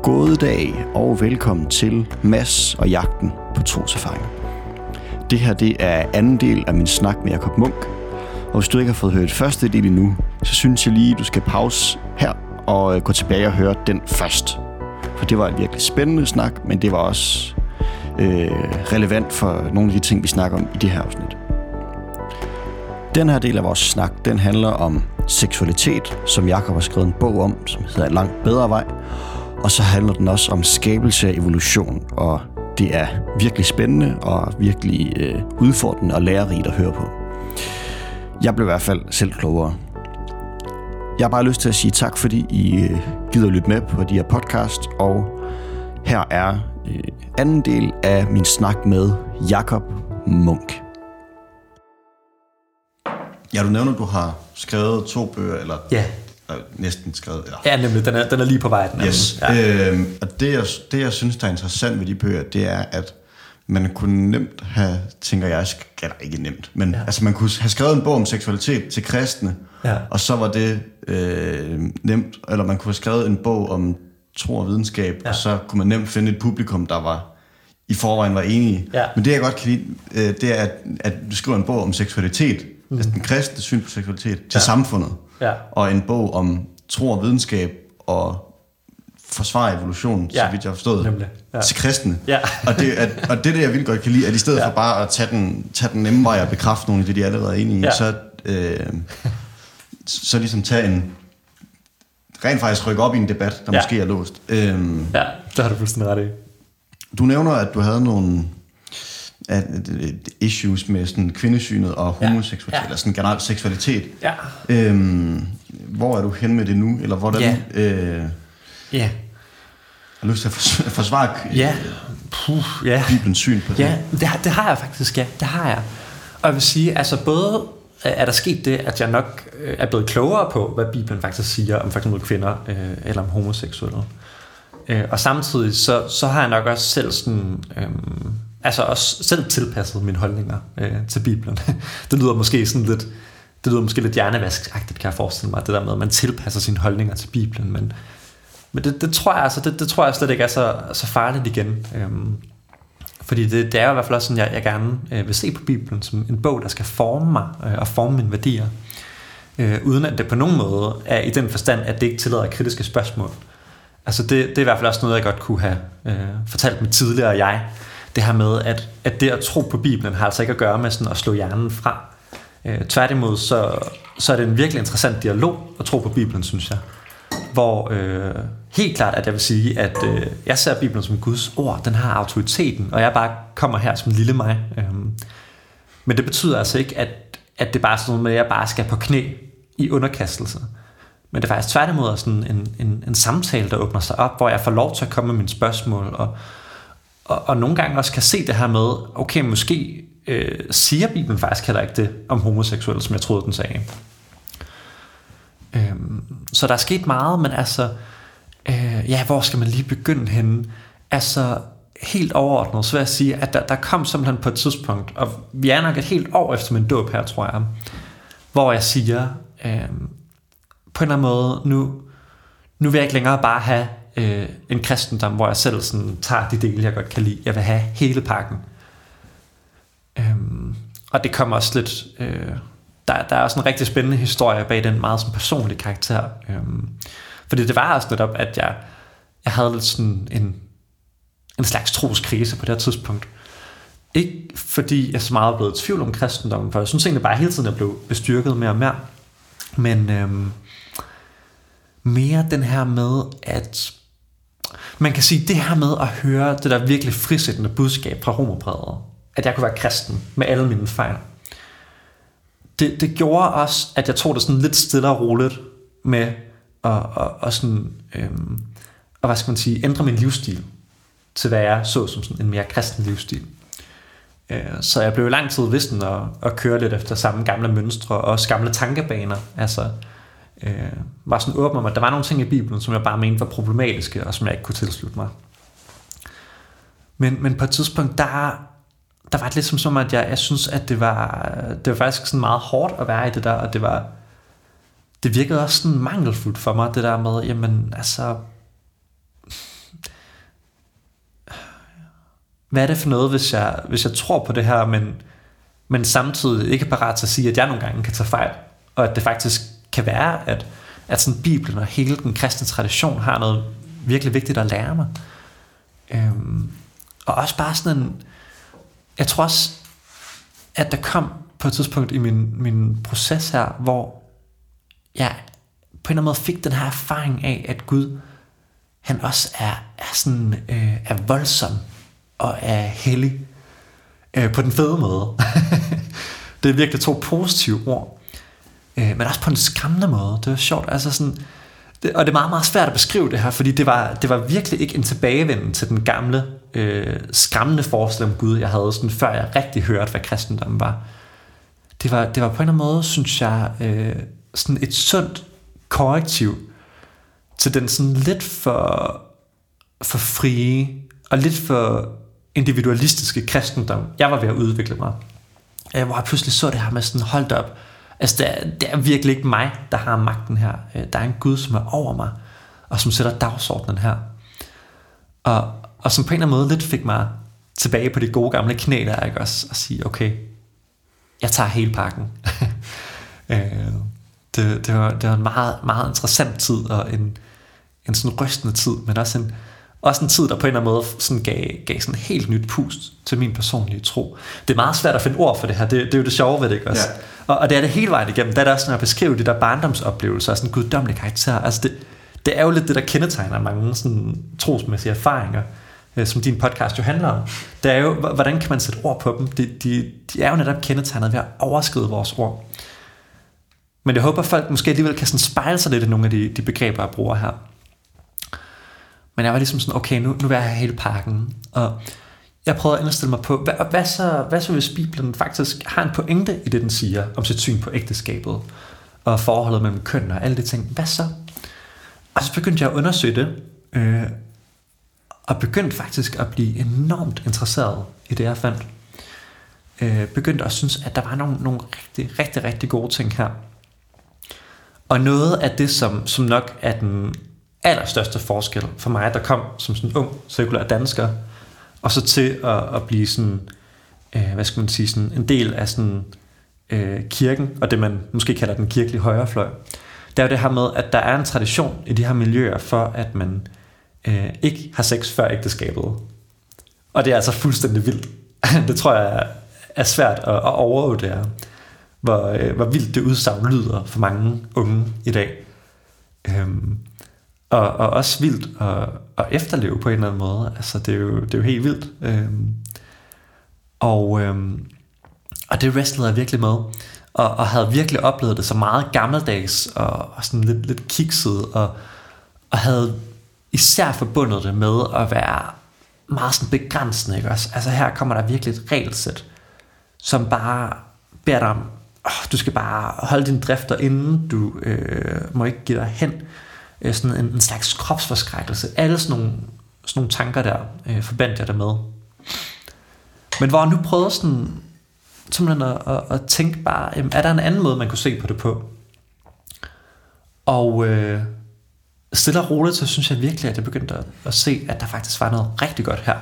God dag og velkommen til Mads og jagten på troserfaring. Det her det er anden del af min snak med Jacob Munk. Og hvis du ikke har fået hørt første del endnu, så synes jeg lige, du skal pause her og gå tilbage og høre den først. For det var en virkelig spændende snak, men det var også relevant for nogle af de ting, vi snakker om i det her afsnit. Den her del af vores snak, den handler om seksualitet, som Jacob har skrevet en bog om, som hedder En langt bedre vej. Og så handler den også om skabelse af evolution, og det er virkelig spændende og virkelig udfordrende og lærerigt at høre på. Jeg blev i hvert fald selv klogere. Jeg har bare lyst til at sige tak, fordi I gider lytte med på de her podcast, og her er anden del af min snak med Jacob Munk. Ja, du nævner, at du har skrevet 2 bøger, eller næsten skrevet. Eller? Ja, nemlig. Den er lige på vej. Yes. Ja. Og det jeg synes, der er interessant ved de bøger, det er, at man kunne nemt have, tænker jeg, eller ikke nemt, men altså man kunne have skrevet en bog om seksualitet til kristne, og så var det nemt, eller man kunne have skrevet en bog om tro og videnskab, og så kunne man nemt finde et publikum, der var i forvejen var enige. Ja. Men det jeg godt kan lide, det er, at du skriver en bog om seksualitet, altså den kristne syn på seksualitet til samfundet, og en bog om tro og videnskab og forsvare evolution, så vidt jeg har forstået, til kristne. Ja. og det jeg vildt godt kan lide, at i stedet for bare at tage den nemme vej og bekræfte nogle af det, de allerede er enige i, så ligesom tage en rent faktisk rykke op i en debat, der måske er låst. Det har du fuldstændig ret i. Du nævner, at du havde nogle issues med sådan kvindesynet og homoseksualitet, eller sådan generelt seksualitet. Ja. Hvor er du hen med det nu, eller hvordan? Har du lyst til at forsvare Bibelens syn på det? Ja, det har jeg faktisk, det har jeg. Og jeg vil sige, altså både er der sket det, at jeg nok er blevet klogere på, hvad Bibelen faktisk siger om for eksempel kvinder eller om homoseksuelle. Og samtidig så har jeg nok også selv sådan, altså også selv tilpasset mine holdninger til Bibelen. Det lyder måske sådan lidt, lidt hjernevaskagtigt, kan jeg forestille mig, det der med, at man tilpasser sine holdninger til Bibelen, men det tror jeg altså, det tror jeg slet ikke er så farligt igen. Fordi det er jo i hvert fald også sådan, jeg gerne vil se på Bibelen som en bog, der skal forme mig og forme mine værdier. Uden at det på nogen måde er i den forstand, at det ikke tillader kritiske spørgsmål. Altså det er i hvert fald også noget, jeg godt kunne have fortalt mit tidligere jeg. Det her med, at det at tro på Bibelen har altså ikke at gøre med sådan at slå hjernen fra. Tværtimod, så er det en virkelig interessant dialog at tro på Bibelen, synes jeg. Hvor helt klart, at jeg vil sige, at jeg ser Bibelen som Guds ord, den har autoriteten, og jeg bare kommer her som lille mig. Men det betyder altså ikke, at det bare er sådan noget med, at jeg bare skal på knæ i underkastelse. Men det er faktisk tværtimod sådan en samtale, der åbner sig op, hvor jeg får lov til at komme med mine spørgsmål, og nogle gange også kan se det her med, okay, måske siger Bibelen faktisk heller ikke det om homoseksuelle, som jeg troede, den sagde. Så der er sket meget, men altså, hvor skal man lige begynde henne? Altså, helt overordnet, så vil jeg sige, at der kom simpelthen på et tidspunkt, og vi er nok et helt år efter min dåb her, tror jeg, hvor jeg siger, på en eller anden måde, nu vil jeg ikke længere bare have en kristendom, hvor jeg selv sådan tager de dele, jeg godt kan lide. Jeg vil have hele pakken. Og det kommer også lidt... Der er også en rigtig spændende historie bag den meget sådan personlige karakter. Fordi det var også netop, at jeg havde lidt sådan en slags troskrise på det her tidspunkt. Ikke fordi jeg så meget er blevet i tvivl om kristendommen, for jeg synes egentlig bare hele tiden, jeg blev bestyrket mere og mere. Men mere den her med, at man kan sige, det her med at høre det der virkelig frisættende budskab fra Romerbrevet, at jeg kunne være kristen med alle mine fejl. Det gjorde også, at jeg tog det sådan lidt stille og roligt med at sådan, og hvad skal man sige, ændre min livsstil til hvad jeg så som sådan en mere kristen livsstil. Så jeg blev lang tid ved sådan at køre lidt efter samme gamle mønstre og også gamle tankebaner. Altså var sådan åben om, at der var nogle ting i Bibelen, som jeg bare mente var problematiske, og som jeg ikke kunne tilslutte mig. Men på et tidspunkt, der var det lidt som at jeg synes, at det var faktisk sådan meget hårdt at være i det der, og det virkede også sådan mangelfuldt for mig, det der med, jamen altså, hvad er det for noget, hvis jeg tror på det her, men samtidig ikke er parat til at sige, at jeg nogle gange kan tage fejl, og at det faktisk kan være, at sådan Bibelen og hele den kristne tradition har noget virkelig vigtigt at lære mig. Og også bare sådan en, jeg tror også, at der kom på et tidspunkt i min proces her, hvor jeg på en eller anden måde fik den her erfaring af, at Gud, han også er voldsom og er hellig på den fede måde. Det er virkelig 2 positive ord, men også på en skræmmende måde. Det var sjovt, altså sådan, og det er meget, meget svært at beskrive det her, fordi det var virkelig ikke en tilbagevenden til den gamle skræmmende forestilling om Gud, jeg havde sådan, før jeg rigtig hørte, hvad kristendommen var. Det var på en eller anden måde, synes jeg, sådan et sundt korrektiv til den sådan lidt for frie og lidt for individualistiske kristendom, jeg var ved at udvikle mig. Hvor jeg pludselig så det her med sådan, holdt op, altså det er virkelig ikke mig, der har magten her. Der er en Gud, som er over mig, og som sætter dagsordenen her. Og som på en eller anden måde lidt fik mig tilbage på de gode gamle knæ der, ikke også, og sige, okay, jeg tager hele pakken. Det var en meget, meget interessant tid, og en sådan rystende tid, men også en tid, der på en eller anden måde sådan gav sådan helt nyt pust til min personlige tro. Det er meget svært at finde ord for det her. Det er jo det sjove ved det, ikke også? Ja. Og det er det hele vejen igennem. Der er det også sådan at beskrive de der barndomsoplevelser og sådan guddommelig karakter. Altså det er jo lidt det, der kendetegner mange sådan trosmæssige erfaringer, som din podcast jo handler om. Det er jo, hvordan kan man sætte ord på dem? De er jo netop kendetegnet ved at overskride vores ord. Men jeg håber, folk måske alligevel kan sådan spejle sig lidt i nogle af de begreber, jeg bruger her. Men jeg var ligesom sådan, okay, nu vil jeg have hele pakken. Og jeg prøvede at indstille mig på, hvad så hvis Bibelen faktisk har en pointe i det, den siger om sit syn på ægteskabet og forholdet mellem køn og alle de ting. Hvad så? Og så begyndte jeg at undersøge det, og begyndte faktisk at blive enormt interesseret i det, jeg fandt. Begyndte at synes, at der var nogle rigtig, rigtig, rigtig gode ting her. Og noget af det, som nok er den allerstørste forskel for mig, der kom som sådan en ung sekulær dansker, og så til at blive sådan, hvad skal man sige, sådan en del af sådan kirken, og det man måske kalder den kirkelige højrefløj. Det er jo det her med, at der er en tradition i de her miljøer for, at man ikke har sex før ægteskabet. Og det er altså fuldstændig vildt. Det tror jeg er svært at overvurdere, hvor vildt det udsagn lyder for mange unge i dag. Og også vildt at efterleve på en eller anden måde. Altså det er jo helt vildt. Og det wrestlede jeg virkelig med. Og havde virkelig oplevet det så meget gammeldags og sådan lidt kikset, og havde især forbundet det med at være meget sådan begrænsende, ikke også? Altså her kommer der virkelig et regelsæt, som bare beder dig om, du skal bare holde dine drifter inden, du må ikke give dig hen. Sådan en slags kropsforskrækkelse. Alle sådan nogle tanker der forbandt jeg det med. Men hvor jeg nu prøvede sådan simpelthen at tænke bare, er der en anden måde man kunne se på det på? Og stille og roligt, så synes jeg virkelig, at jeg begyndte at se, at der faktisk var noget rigtig godt her.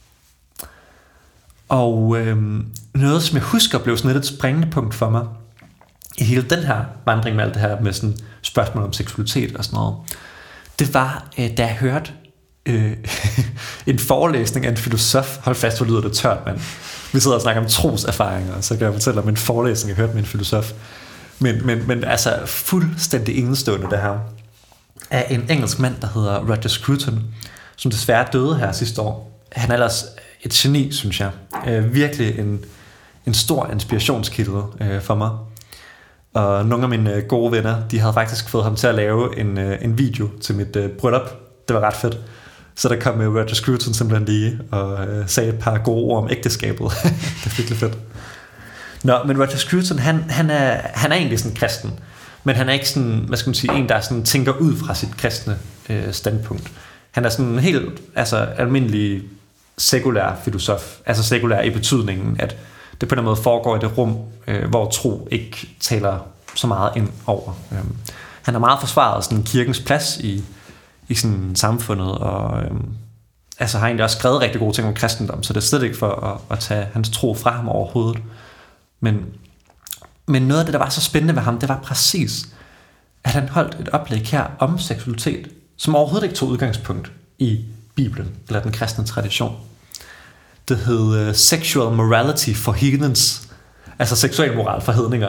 Og noget, som jeg husker blev sådan et springende punkt for mig i hele den her vandring med alt det her med sådan spørgsmål om seksualitet og sådan noget, det var, da jeg hørte en forelæsning af en filosof. Hold fast, hvor lyder det tørt, mand. Vi sidder og snakker om troserfaringer, så kan jeg fortælle om en forelæsning, jeg hørte med en filosof. Men altså fuldstændig enestående det her, af en engelsk mand, der hedder Roger Scruton, som desværre døde her sidste år. Han er ellers et geni, synes jeg. Virkelig en stor inspirationskilde for mig. Og nogle af mine gode venner, de havde faktisk fået ham til at lave en video til mit bryllup. Det var ret fedt. Så der kom Roger Scruton simpelthen lige og sagde et par gode ord om ægteskabet. Det er virkelig fedt. Nå, men Roger Scruton, han er egentlig sådan kristen, men han er ikke sådan, hvad skal man sige, en der sådan tænker ud fra sit kristne standpunkt. Han er sådan helt almindelig sekulær filosof, altså sekulær i betydningen, at det på en måde foregår i det rum, hvor tro ikke taler så meget ind over. Han har meget forsvaret sådan kirkens plads i sådan samfundet, altså har egentlig også skrevet rigtig gode ting om kristendom, så det er slet ikke for at tage hans tro fra ham overhovedet. Men noget af det, der var så spændende ved ham, det var præcis, at han holdt et oplæg her om seksualitet, som overhovedet ikke tog udgangspunkt i Bibelen, eller den kristne tradition. Det hed Sexual Morality for Heathens, altså seksuel moral for hedninger.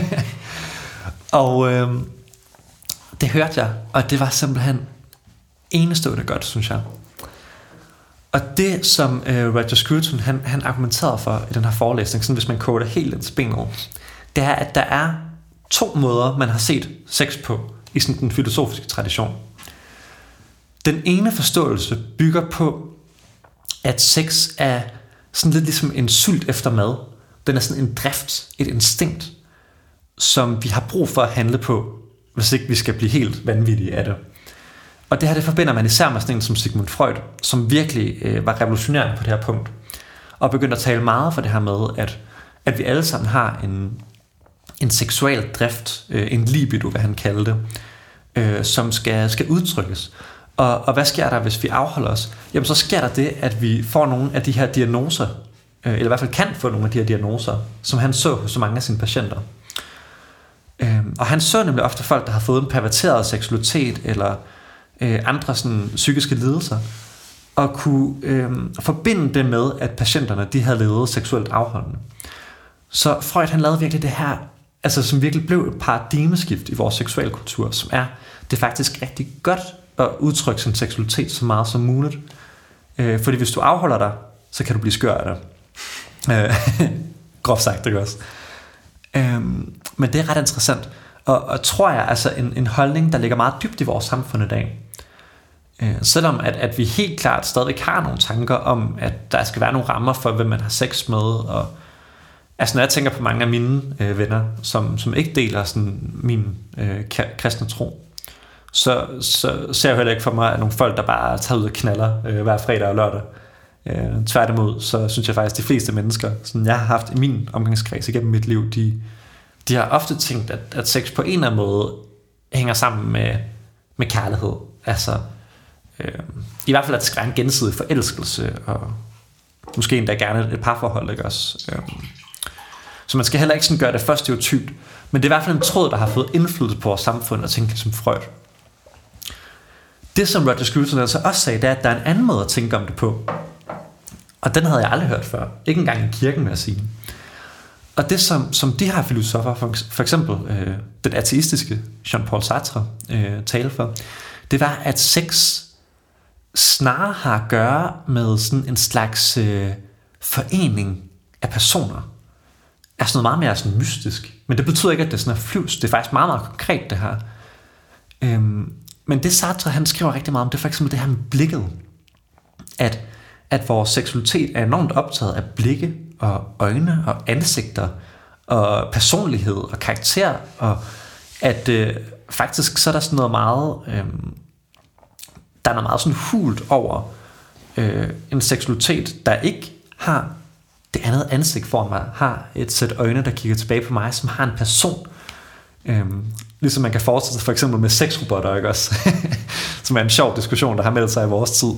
Og det hørte jeg, og det var simpelthen enestående godt, synes jeg. Og det, som Roger Scruton han argumenterede for i den her forelæsning, sådan hvis man koger det helt ind til benet, det er, at der er 2 måder, man har set sex på i sådan den filosofiske tradition. Den ene forståelse bygger på, at sex er sådan lidt ligesom en sult efter mad. Den er sådan en drift, et instinkt, som vi har brug for at handle på, hvis ikke vi skal blive helt vanvittige af det. Og det her, det forbinder man især med sådan en som Sigmund Freud, som virkelig var revolutionerende på det her punkt, og begyndte at tale meget for det her med, at vi alle sammen har en seksuel drift, en libido, hvad han kaldte det, som skal udtrykkes. Og hvad sker der, hvis vi afholder os? Jamen, så sker der det, at vi får nogle af de her diagnoser, eller i hvert fald kan få nogle af de her diagnoser, som han så hos så mange af sine patienter. Og han så nemlig ofte folk, der har fået en perverteret seksualitet, eller andre sådan psykiske lidelser, og kunne forbinde det med, at patienterne de havde levet seksuelt afholdende. Så Freud han lavede virkelig det her, altså som virkelig blev et paradigmeskift i vores seksualkultur, som er det er faktisk rigtig godt at udtrykke sin seksualitet så meget som muligt. Fordi hvis du afholder dig, så kan du blive skør af det. Groft sagt, ikke også? Men det er ret interessant. Og tror jeg, altså en holdning, der ligger meget dybt i vores samfund i dag. Selvom at vi helt klart stadig har nogle tanker om, at der skal være nogle rammer for, hvem man har sex med. Og, altså når jeg tænker på mange af mine venner, som ikke deler sådan min kristne tro, så ser jeg heller ikke for mig, at nogle folk, der bare tager ud og knaller hver fredag og lørdag. Tværtimod, så synes jeg faktisk, at de fleste mennesker, sådan jeg har haft i min omgangskreds igennem mit liv, de har ofte tænkt, at sex på en eller anden måde hænger sammen med kærlighed. Altså, i hvert fald, at det skal være en gensidig forelskelse, og måske endda gerne et parforhold, ikke også? Så man skal heller ikke sådan gøre det for stereotypt, men det er i hvert fald en tråd, der har fået indflydelse på vores samfund, og tænke som Freud. Det, som Roger Scruton altså også sagde, det er, at der er en anden måde at tænke om det på. Og den havde jeg aldrig hørt før. Ikke engang i kirken, vil jeg sige. Og det, som de her filosofer, for eksempel den ateistiske Jean-Paul Sartre talte for, det var, at sex snarere har at gøre med sådan en slags forening af personer. Altså noget meget mere sådan mystisk. Men det betyder ikke, at det sådan er flyvs. Det er faktisk meget, meget konkret, det her. Men det Sartre, han skriver rigtig meget om, det er for eksempel det her med blikket. At vores seksualitet er enormt optaget af blikke og øjne og ansigter og personlighed og karakter, og at faktisk så er der sådan noget meget der er noget meget sådan hult over en seksualitet, der ikke har det andet ansigt foran mig, har et sæt øjne, der kigger tilbage på mig, som har en person. Ligesom man kan forestille sig for eksempel med sexrobotter, ikke også? Som er en sjov diskussion, der har meldt sig i vores tid.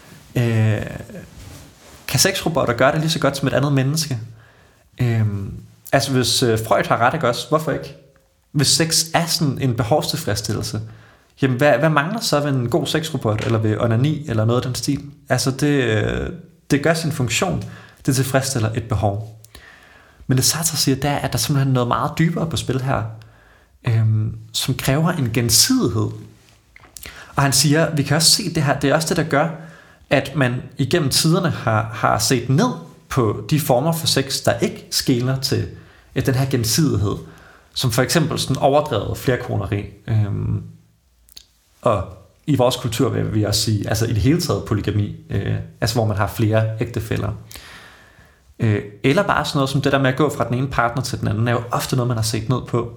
Kan sexrobotter gøre det lige så godt som et andet menneske? Altså hvis Freud har ret, ikke også? Hvorfor ikke? Hvis sex er sådan en behovstilfredsstillelse, jamen hvad mangler så ved en god sexrobot, eller ved onani, eller noget af den stil? Altså det gør sin funktion. Det tilfredsstiller et behov. Men det Sartre siger, der er, at der simpelthen er noget meget dybere på spil her, som kræver en gensidighed. Og han siger, vi kan også se det her, det er også det, der gør, at man igennem tiderne har set ned på de former for sex, der ikke skeler til den her gensidighed, som for eksempel sådan overdrevet flerkoneri. Og i vores kultur vil vi også sige, altså i det hele taget polygami, altså hvor man har flere ægtefæller. Eller bare sådan noget som det der med at gå fra den ene partner til den anden, er jo ofte noget, man har set ned på.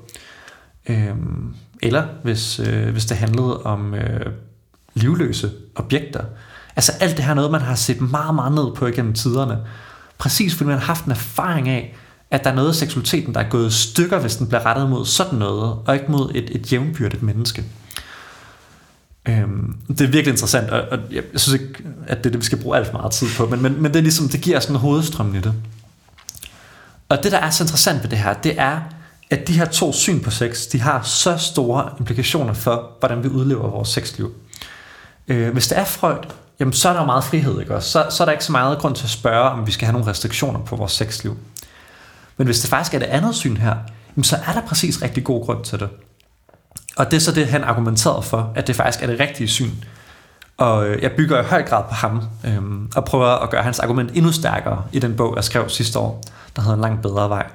Eller hvis det handlede om livløse objekter. Altså alt det her noget, man har set meget, meget ned på igennem tiderne. Præcis fordi man har haft en erfaring af, at der er noget af seksualiteten, der er gået i stykker, hvis den bliver rettet mod sådan noget, og ikke mod et jævnbyrdigt menneske. Det er virkelig interessant, og jeg synes ikke, at det er det, vi skal bruge alt for meget tid på, men det er ligesom, det giver sådan en hovedstrøm i det. Og det, der er så interessant ved det her, det er, at de her 2 syn på sex, de har så store implikationer for, hvordan vi udlever vores sexliv. Hvis det er Freud, jamen så er der jo meget frihed, ikke også? Så er der ikke så meget grund til at spørge, om vi skal have nogle restriktioner på vores sexliv. Men hvis det faktisk er det andet syn her, jamen så er der præcis rigtig god grund til det. Og det er så det, han argumenterede for, at det faktisk er det rigtige syn. Og jeg bygger i høj grad på ham, og prøver at gøre hans argument endnu stærkere i den bog, jeg skrev sidste år, der hedder En langt bedre vej.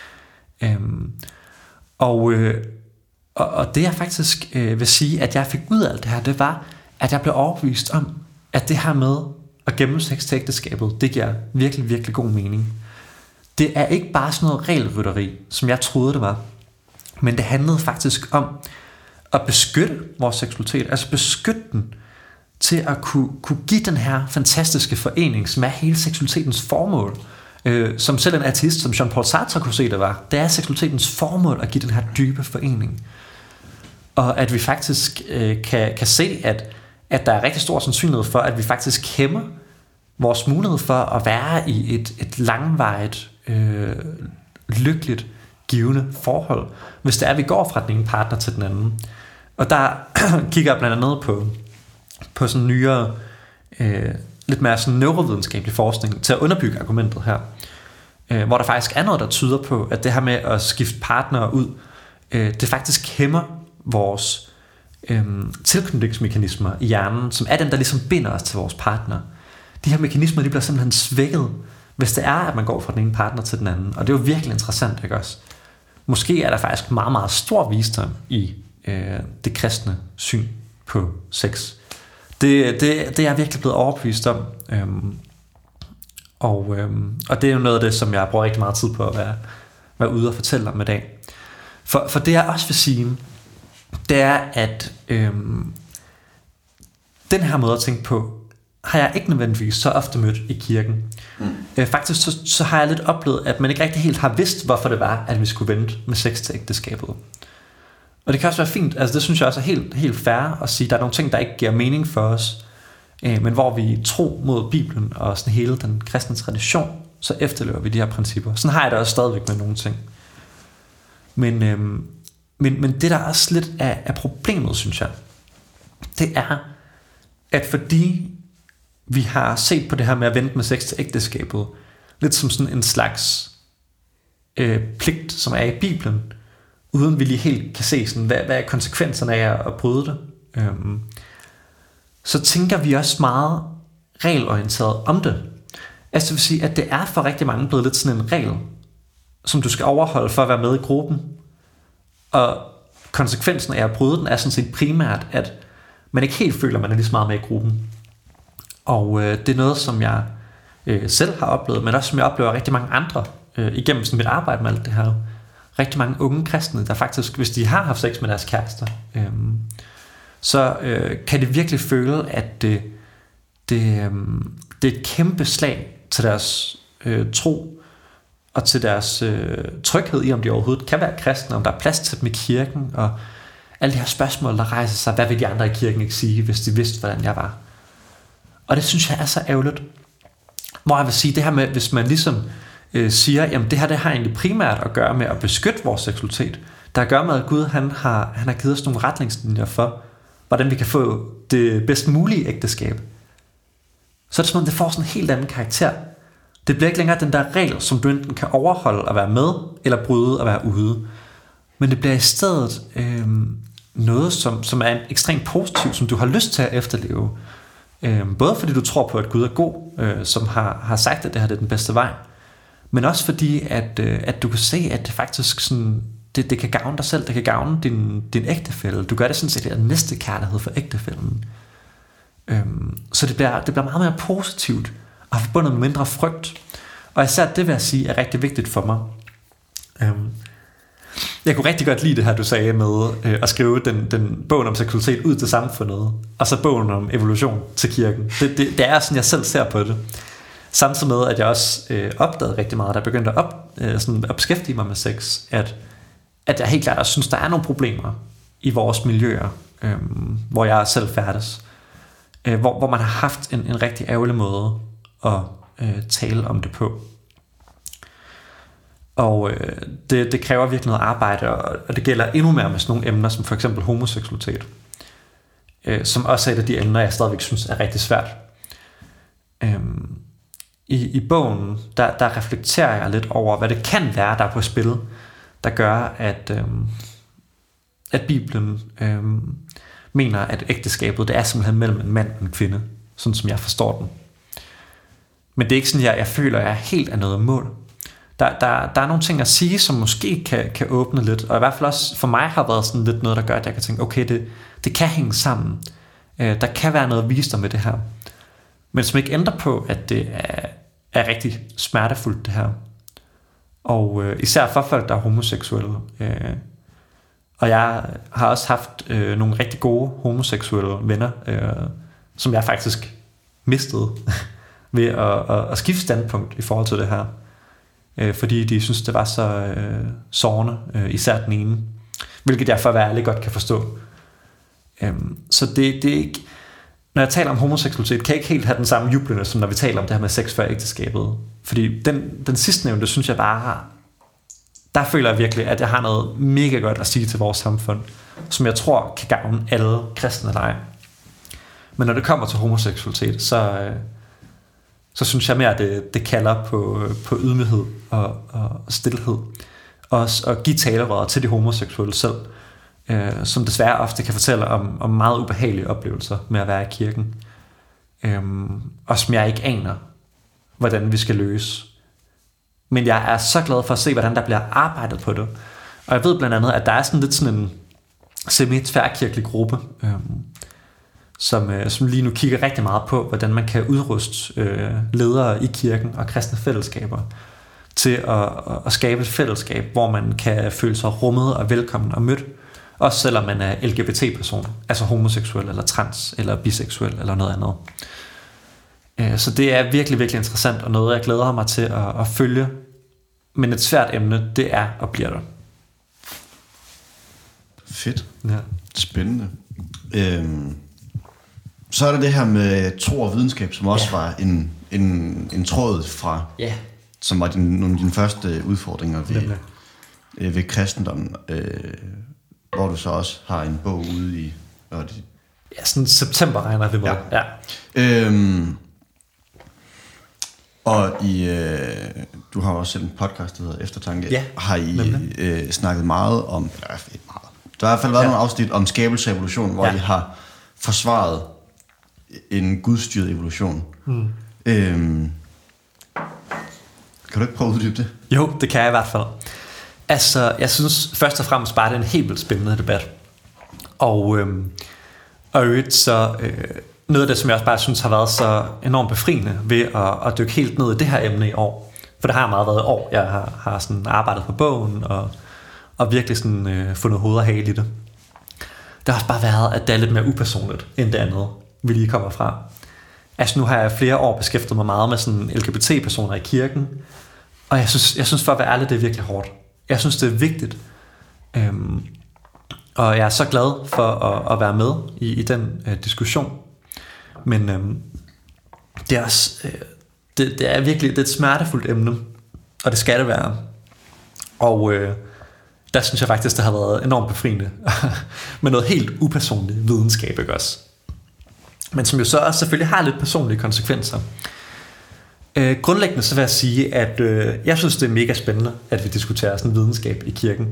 Og det jeg faktisk vil sige, at jeg fik ud af alt det her, det var, at jeg blev overbevist om, at det her med at gemme sex til ægteskabet, det giver virkelig, virkelig god mening. Det er ikke bare sådan noget regelrytteri, som jeg troede det var, men det handlede faktisk om at beskytte vores seksualitet, altså beskytte den til at kunne give den her fantastiske forening, som er hele seksualitetens formål, som selv en ateist som Jean-Paul Sartre kunne se det var. Det er seksualitetens formål at give den her dybe forening. Og at vi faktisk kan se, at der er rigtig stor sandsynlighed for, at vi faktisk hæmmer vores mulighed for at være i et langvarigt, lykkeligt, givende forhold, hvis det er, at vi går fra den ene partner til den anden. Og der kigger jeg blandt andet på sådan nyere, lidt mere sådan neurovidenskabelig forskning til at underbygge argumentet her, hvor der faktisk er noget, der tyder på, at det her med at skifte partnere ud, det faktisk hæmmer vores tilknytningsmekanismer i hjernen, som er den, der ligesom binder os til vores partner. De her mekanismer, de bliver simpelthen svækket, hvis det er, at man går fra den ene partner til den anden. Og det er jo virkelig interessant, ikke også? Måske er der faktisk meget, meget stor visdom i det kristne syn på sex. Det er jeg virkelig blevet overbevist om. Og det er jo noget af det, som jeg bruger rigtig meget tid på at være ude og fortælle om i dag. For det jeg også vil sige, det er, at den her måde at tænke på, har jeg ikke nødvendigvis så ofte mødt i kirken. Faktisk så har jeg lidt oplevet, at man ikke rigtig helt har vidst, hvorfor det var, at vi skulle vente med sex til ægteskabet. Og det kan også være fint, altså det synes jeg også er helt fair at sige, der er nogle ting, der ikke giver mening for os, men hvor vi tro mod Bibelen og sådan hele den kristne tradition, så efterlever vi de her principper. Sådan har jeg det også stadigvæk med nogle ting. Men det der er også lidt af problemet, synes jeg, det er, at fordi vi har set på det her med at vente med sex til ægteskabet, lidt som sådan en slags pligt, som er i Bibelen, uden vi lige helt kan se, sådan, hvad er konsekvenserne af at bryde det, så tænker vi også meget regelorienteret om det. Altså det vil sige, at det er for rigtig mange blevet lidt sådan en regel, som du skal overholde for at være med i gruppen. Og konsekvensen af at bryde den er sådan set primært, at man ikke helt føler, at man er lige så meget med i gruppen. Og det er noget, som jeg selv har oplevet, men også som jeg oplever rigtig mange andre igennem sådan mit arbejde med alt det her. Rigtig mange unge kristne, der faktisk, hvis de har haft sex med deres kærester, så kan de virkelig føle, at det er et kæmpe slag til deres tro, og til deres tryghed i, om de overhovedet kan være kristne, om der er plads til dem i kirken, og alle de her spørgsmål, der rejser sig, hvad vil de andre i kirken ikke sige, hvis de vidste, hvordan jeg var. Og det synes jeg er så ærgerligt. Hvor jeg vil sige, det her med, hvis man ligesom siger, jamen det her det har egentlig primært at gøre med at beskytte vores seksualitet, der gør med, at Gud han har givet os nogle retningslinjer for, hvordan vi kan få det bedst mulige ægteskab. Så er det som om, det får sådan en helt anden karakter. Det bliver ikke længere den der regel, som du enten kan overholde og være med, eller bryde og være ude. Men det bliver i stedet noget, som er ekstremt positivt, som du har lyst til at efterleve. Både fordi du tror på, at Gud er god, som har sagt, at det her det er den bedste vej, men også fordi, at du kan se, at det faktisk sådan, det kan gavne dig selv, det kan gavne din ægtefælle. Du gør det sådan set af næste kærlighed for ægtefællen. Så det bliver meget mere positivt og forbundet med mindre frygt. Og især det vil jeg sige er rigtig vigtigt for mig. Jeg kunne rigtig godt lide det her, du sagde med at skrive den bogen om seksualitet ud til samfundet, og så bogen om evolution til kirken. Det er sådan, jeg selv ser på det. Samtidig med, at jeg også opdagede rigtig meget, da jeg begyndte at beskæftige mig med sex, at jeg helt klart også synes, der er nogle problemer i vores miljøer, hvor jeg selv færdes, hvor man har haft en rigtig ærgerlig måde at tale om det på. Og det kræver virkelig noget arbejde, og det gælder endnu mere med sådan nogle emner, som for eksempel homoseksualitet, som også er et af de emner, jeg stadigvæk synes er rigtig svært. I bogen, der reflekterer jeg lidt over, hvad det kan være, der er på spil, der gør, at Bibelen mener, at ægteskabet, det er simpelthen mellem en mand og en kvinde, sådan som jeg forstår den. Men det er ikke sådan, jeg føler, at jeg er helt af noget mål. Der er nogle ting at sige, som måske kan åbne lidt, og i hvert fald også for mig har været sådan lidt noget, der gør, at jeg kan tænke, okay, det kan hænge sammen. Der kan være noget visdom med det her. Men som ikke ændrer på, at det er rigtig smertefuldt, det her. Og især for folk, der er homoseksuelle. Og jeg har også haft nogle rigtig gode homoseksuelle venner, som jeg faktisk mistede ved at skifte standpunkt i forhold til det her. Fordi de synes, det var så sårende, især den ene. Hvilket jeg for at være ærlig godt kan forstå. Så det er ikke... Når jeg taler om homoseksualitet, kan jeg ikke helt have den samme jublende, som når vi taler om det her med sex før ægteskabet. Fordi den sidstnævnte, synes jeg bare... Der føler jeg virkelig, at jeg har noget mega godt at sige til vores samfund, som jeg tror kan gavne alle kristne eller ej. Men når det kommer til homoseksualitet, så synes jeg mere, at det kalder på ydmyghed og stilhed. Også at give talerøret til de homoseksuelle selv, som desværre ofte kan fortælle om meget ubehagelige oplevelser med at være i kirken. Og som jeg ikke aner, hvordan vi skal løse. Men jeg er så glad for at se, hvordan der bliver arbejdet på det. Og jeg ved blandt andet, at der er sådan lidt sådan en semi-tværkirkelig gruppe, som lige nu kigger rigtig meget på, hvordan man kan udruste ledere i kirken og kristne fællesskaber til at skabe et fællesskab, hvor man kan føle sig rummet og velkommen og mødt, også selvom man er LGBT-person, altså homoseksuel eller trans eller biseksuel eller noget andet. Så det er virkelig, virkelig interessant og noget, jeg glæder mig til at følge. Men et svært emne, det er og bliver der. Fedt. Ja. Spændende. Så er der det her med tro og videnskab, som også var en tråd fra, som var nogle af dine første udfordringer ved kristendommen, hvor du så også har en bog ude i... Ja, sådan september regner vi med. Ja. Og du har også selv en podcast, der hedder Eftertanke. Ja, har I snakket meget om... Der har i hvert fald været nogle afsnit om skabelse og evolution, hvor I har forsvaret en gudstyret evolution. Kan du ikke prøve at uddybe det? Jo, det kan jeg i hvert fald. Altså, jeg synes først og fremmest bare, det er en helt vildt spændende debat. Og øvrigt så... noget af det, som jeg også bare synes har været så enormt befriende ved at dykke helt ned i det her emne i år. For det har meget været i år, jeg har sådan arbejdet på bogen og virkelig sådan, fundet hoved og hale i det. Det har også bare været, at det er lidt mere upersonligt end det andet, vi lige kommer fra. Altså nu har jeg flere år beskæftiget mig meget med sådan LGBT-personer i kirken, og jeg synes for at være ærlig, det er virkelig hårdt. Jeg synes, det er vigtigt. Og jeg er så glad for at være med i den diskussion. Men det er også det er virkelig et smertefuldt emne, og det skal det være. Og der synes jeg faktisk, det har været enormt befriende med noget helt upersonligt videnskab, ikke også? Men som jo så også selvfølgelig har lidt personlige konsekvenser. Grundlæggende så vil jeg sige, at jeg synes, det er mega spændende, at vi diskuterer sådan videnskab i kirken.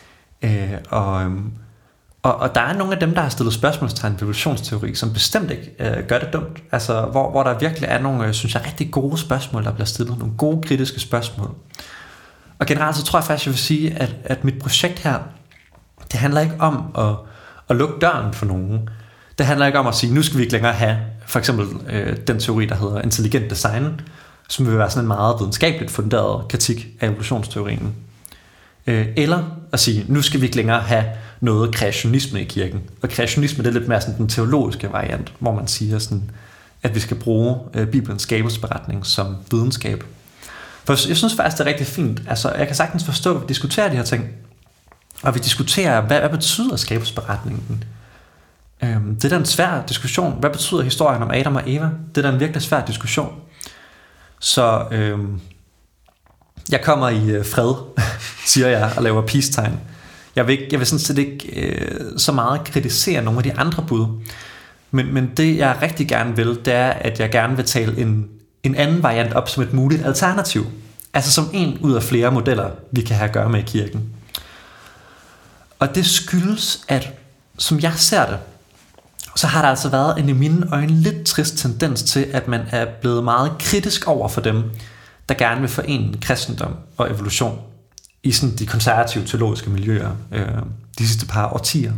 Og der er nogle af dem, der har stillet spørgsmålstegn ved evolutionsteori, som bestemt ikke gør det dumt. Altså, hvor der virkelig er nogle, synes jeg, rigtig gode spørgsmål, der bliver stillet. Nogle gode, kritiske spørgsmål. Og generelt så tror jeg faktisk, jeg vil sige, at mit projekt her, det handler ikke om at lukke døren for nogen. Det handler ikke om at sige, nu skal vi ikke længere have, for eksempel den teori, der hedder intelligent design, som vil være sådan en meget videnskabeligt funderet kritik af evolutionsteorien. Eller at sige, nu skal vi ikke længere have noget kreationisme i kirken. Og kreationisme, det er lidt mere sådan den teologiske variant, hvor man siger sådan, at vi skal bruge Bibelens skabelsesberetning som videnskab. For jeg synes faktisk, det er rigtig fint. Altså, jeg kan sagtens forstå, at vi diskuterer de her ting. Og vi diskuterer, hvad betyder skabelsesberetningen? Det er da en svær diskussion. Hvad betyder historien om Adam og Eva? Det er da en virkelig svær diskussion. Så jeg kommer i fred, siger jeg, og laver peace-tegn. Jeg vil sådan set ikke så meget kritisere nogle af de andre bud. Men det jeg rigtig gerne vil, det er, at jeg gerne vil tale en anden variant op som et muligt alternativ. Altså som en ud af flere modeller, vi kan have at gøre med i kirken. Og det skyldes, at som jeg ser det, så har der altså været en i mine øjne lidt trist tendens til, at man er blevet meget kritisk over for dem, der gerne vil forene kristendom og evolution i sådan de konservative teologiske miljøer de sidste par årtier.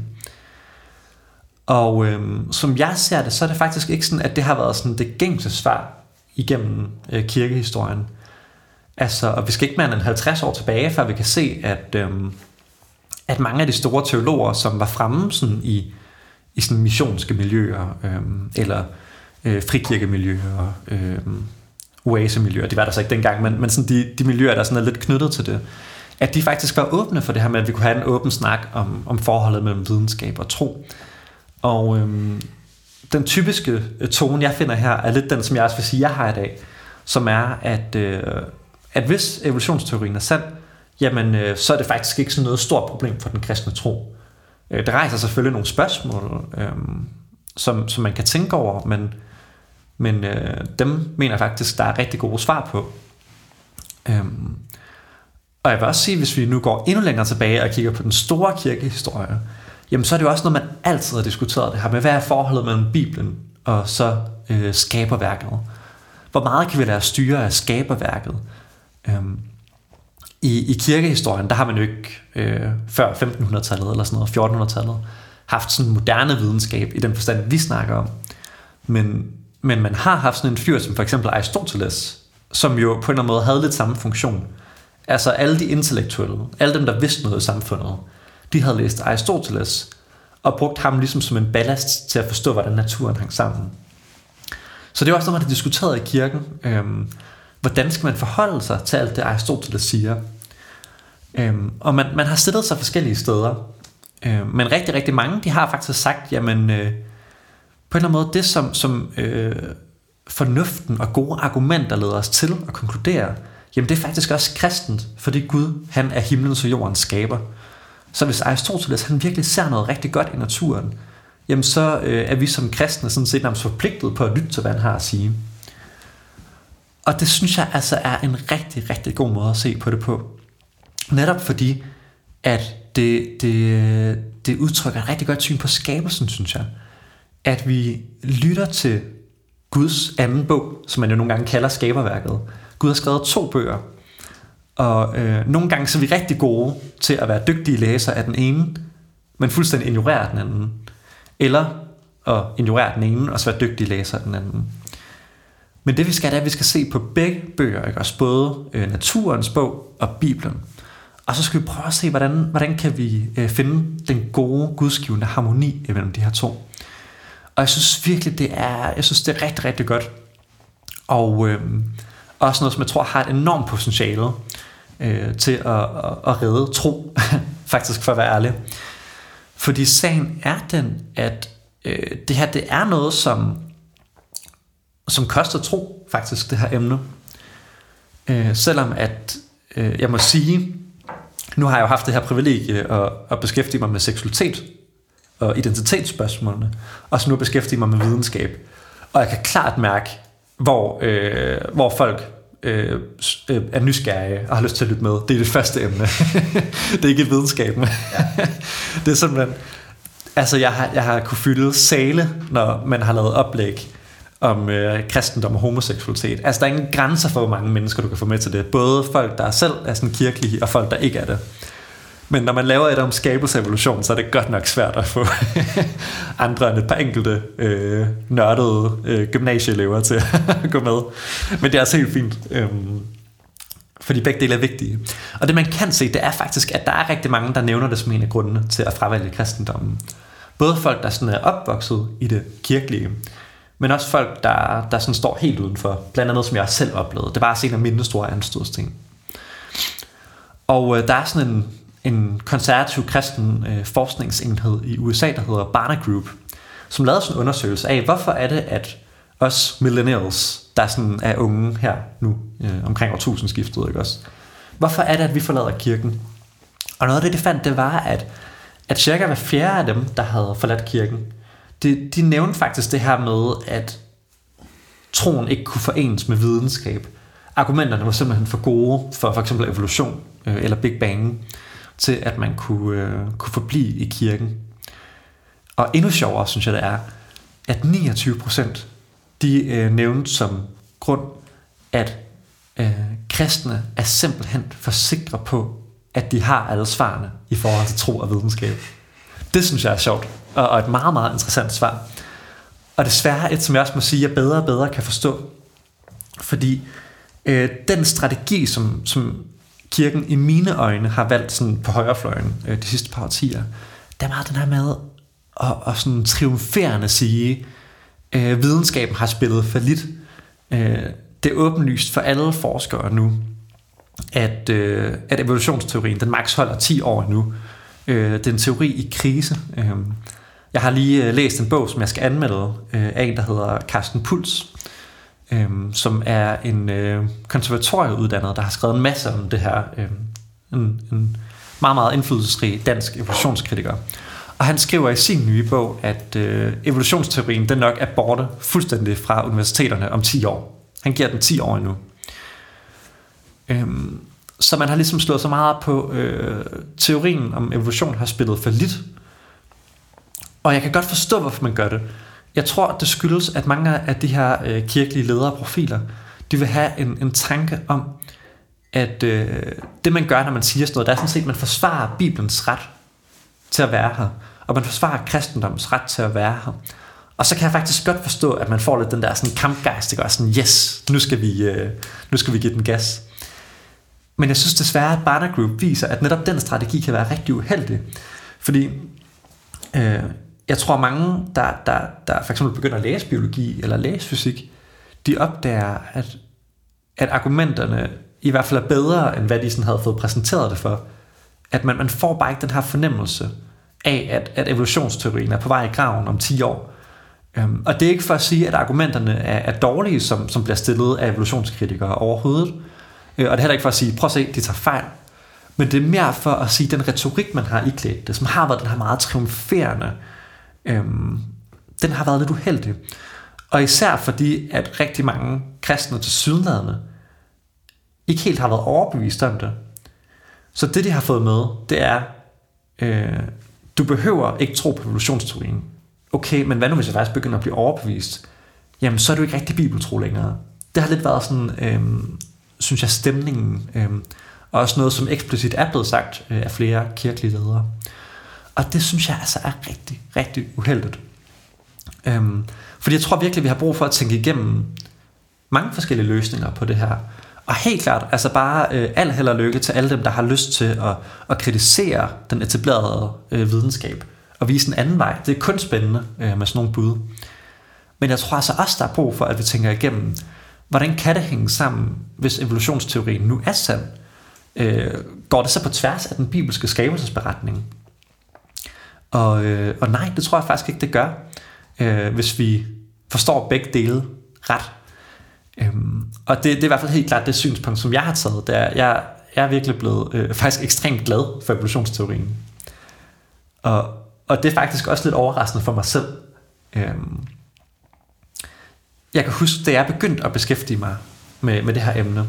Og som jeg ser det, så er det faktisk ikke sådan, at det har været sådan det gængse svar igennem kirkehistorien. Altså, og vi skal ikke mere end 50 år tilbage, før vi kan se, at mange af de store teologer, som var fremme sådan i sådan missionske miljøer, eller frikirkemiljøer, oasemiljøer, det var der så ikke dengang, men sådan de miljøer, der sådan er lidt knyttet til det, at de faktisk var åbne for det her med, at vi kunne have en åben snak om forholdet mellem videnskab og tro. Og den typiske tone, jeg finder her, er lidt den, som jeg også vil sige, jeg har i dag, som er, at hvis evolutionsteorien er sand, jamen så er det faktisk ikke sådan noget stort problem for den kristne tro. Det rejser selvfølgelig nogle spørgsmål, som man kan tænke over, men dem mener jeg faktisk, der er rigtig gode svar på. Og jeg vil også sige, hvis vi nu går endnu længere tilbage og kigger på den store kirkehistorie, jamen så er det jo også noget, man altid har diskuteret det her med, hvad er forholdet mellem Bibelen og så skaberværket. Hvor meget kan vi lade styre af skaberværket? I kirkehistorien, der har man jo ikke før 1500-tallet eller sådan noget, 1400-tallet, haft sådan moderne videnskab i den forstand, vi snakker om. Men man har haft sådan en fyr som for eksempel Aristoteles, som jo på en eller anden måde havde lidt samme funktion. Altså alle de intellektuelle, alle dem, der vidste noget i samfundet, de havde læst Aristoteles og brugt ham ligesom som en ballast til at forstå, hvordan naturen hang sammen. Så det er også noget, man har diskuteret i kirken. Hvordan skal man forholde sig til alt det, Aristoteles siger? Og man har stillet sig forskellige steder. Men rigtig, rigtig mange, de har faktisk sagt, jamen på en eller anden måde, det som fornuften og gode argumenter leder os til at konkludere, jamen det er faktisk også kristent, fordi Gud, han er himlens og jordens skaber. Så hvis Aristoteles, han virkelig ser noget rigtig godt i naturen, jamen så er vi som kristne sådan set nærmest forpligtet på at lytte til, hvad han har at sige. Og det synes jeg altså er en rigtig, rigtig god måde at se på det på. Netop fordi, at det udtrykker et rigtig godt syn på skabelsen, synes jeg. At vi lytter til Guds anden bog, som man jo nogle gange kalder skaberværket. Gud har skrevet 2 bøger, og nogle gange så er vi rigtig gode til at være dygtige læsere af den ene, men fuldstændig ignorere den anden. Eller at ignorere den ene, og så være dygtige læsere af den anden. Men det vi skal, det er, at vi skal se på begge bøger, ikke? Også både naturens bog og Bibelen. Og så skal vi prøve at se, hvordan kan vi finde den gode, gudsgivende harmoni mellem de her 2. Og jeg synes virkelig, det er rigtig, rigtig godt. Og også noget, som jeg tror har et enormt potentiale til at redde tro, faktisk for at være ærlig. Fordi sagen er den, at det her, det er noget, som koster tro, faktisk, det her emne. Selvom at jeg må sige, nu har jeg jo haft det her privilegie at beskæftige mig med seksualitet og identitetsspørgsmålene, og så nu beskæftige mig med videnskab. Og jeg kan klart mærke, hvor folk er nysgerrige og har lyst til at lytte med. Det er det første emne. Det er ikke videnskaben. Ja. Det er simpelthen, altså jeg har kunne fylde sale, når man har lavet oplæg om kristendom og homoseksualitet. Altså der er ingen grænser for, hvor mange mennesker du kan få med til det. Både folk, der selv er sådan kirkelige, og folk, der ikke er det. Men når man laver et om skabelse og evolution, så er det godt nok svært at få andre end et par enkelte nørdede gymnasieelever til at gå med. Men det er altså helt fint, fordi begge dele er vigtige. Og det man kan se, det er faktisk, at der er rigtig mange, der nævner det som en af grundene til at fravælge kristendommen. Både folk, der sådan er opvokset i det kirkelige, men også folk, der sådan står helt udenfor. Blandt andet, som jeg selv oplevede. Det var altså en af mine store anstødsting. Og der er sådan en konservativ kristen forskningsenhed i USA, der hedder Barna Group, som lavede sådan en undersøgelse af, hvorfor er det, at os millennials, der sådan er unge her nu, omkring årtusindskiftet, ikke også? Hvorfor er det, at vi forlader kirken? Og noget af det, de fandt, det var, at cirka hver fjerde af dem, der havde forladt kirken, de nævnte faktisk det her med, at troen ikke kunne forenes med videnskab. Argumenterne var simpelthen for gode for eksempel evolution eller Big Bang, til at man kunne forblive i kirken. Og endnu sjovere, synes jeg det er, at 29% de nævnte som grund, at kristne er simpelthen for sikre på, at de har alle svarene i forhold til tro og videnskab. Det synes jeg er sjovt, og et meget, meget interessant svar. Og desværre et, som jeg også må sige, jeg bedre og bedre kan forstå. Fordi den strategi, som kirken i mine øjne har valgt sådan på højrefløjen de sidste par årtier, det er meget den her med at sådan triumferende sige, videnskaben har spillet fallit. Det er åbenlyst for alle forskere nu, at evolutionsteorien, den maks holder 10 år nu. Det er en teori i krise. Jeg har lige læst en bog, som jeg skal anmelde, af en, der hedder Carsten Puls, som er en konservatorieuddannet, der har skrevet en masse om det her. En meget, meget indflydelsesrig dansk evolutionskritiker. Og han skriver i sin nye bog, at evolutionsteorien den nok er borte fuldstændig fra universiteterne om 10 år. Han giver den 10 år endnu. Så man har ligesom slået så meget på teorien om evolution har spillet for lidt. Og jeg kan godt forstå, hvorfor man gør det. Jeg tror, det skyldes, at mange af de her kirkelige ledere og profiler, de vil have en tanke om, at det man gør, når man siger sådan noget, det er sådan set, at man forsvarer Bibelens ret til at være her, og man forsvarer kristendommens ret til at være her. Og så kan jeg faktisk godt forstå, at man får lidt den der sådan kampgejst, ikke? Og sådan, yes, nu skal vi give den gas. Men jeg synes desværre, at Barna Group viser, at netop den strategi kan være rigtig uheldig. Fordi jeg tror mange, der for eksempel begynder at læse biologi eller læse fysik, de opdager, at argumenterne i hvert fald er bedre, end hvad de sådan havde fået præsenteret det for. At man får bare ikke den her fornemmelse af, at evolutionsteorien er på vej i graven om 10 år. Og det er ikke for at sige, at argumenterne er dårlige, som bliver stillet af evolutionskritikere overhovedet. Og det er heller ikke for at sige, prøv at se, de tager fejl. Men det er mere for at sige, den retorik, man har iklædt det, som har været den her meget triumferende, den har været lidt uheldig. Og især fordi, at rigtig mange kristne tilsyneladende ikke helt har været overbevist om det. Så det, de har fået med, det er, du behøver ikke tro på evolutionsteorien. Okay, men hvad nu, hvis jeg faktisk begynder at blive overbevist? Jamen, så er du ikke rigtig bibeltro længere. Det har lidt været sådan, synes jeg, stemningen, og også noget, som eksplicit er blevet sagt af flere kirkelige ledere. Og det synes jeg altså er rigtig, rigtig uheldigt. Fordi jeg tror virkelig, vi har brug for at tænke igennem mange forskellige løsninger på det her. Og helt klart, altså bare al held og lykke til alle dem, der har lyst til at kritisere den etablerede videnskab og vise en anden vej. Det er kun spændende med sådan nogle bud. Men jeg tror altså også, der er brug for, at vi tænker igennem, hvordan kan det hænge sammen, hvis evolutionsteorien nu er sand? Går det så på tværs af den bibelske skabelsesberetning? Og nej, det tror jeg faktisk ikke, det gør, hvis vi forstår begge dele ret. Og det er i hvert fald helt klart det synspunkt, som jeg har taget. Jeg er virkelig blevet faktisk ekstremt glad for evolutionsteorien. Og det er faktisk også lidt overraskende for mig selv. Jeg kan huske, da jeg begyndte at beskæftige mig med det her emne,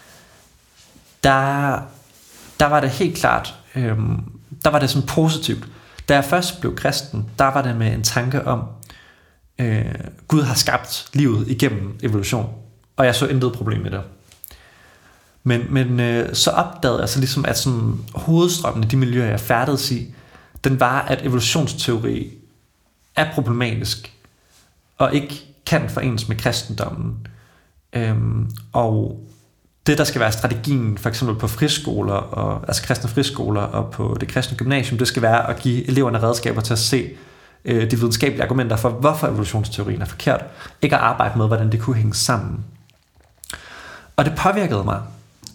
der var det helt klart, der var det sådan positivt. Da jeg først blev kristen, der var det med en tanke om, Gud har skabt livet igennem evolution, og jeg så intet problem med det. Men så opdagede jeg så ligesom, at sådan hovedstrømmen i de miljøer, jeg færdedes i, den var, at evolutionsteori er problematisk, og ikke kan forenes med kristendommen. Og det, der skal være strategien, for eksempel på friskoler, altså kristne friskoler og på det kristne gymnasium, det skal være at give eleverne redskaber til at se de videnskabelige argumenter for, hvorfor evolutionsteorien er forkert, ikke at arbejde med, hvordan det kunne hænge sammen. Og det påvirkede mig,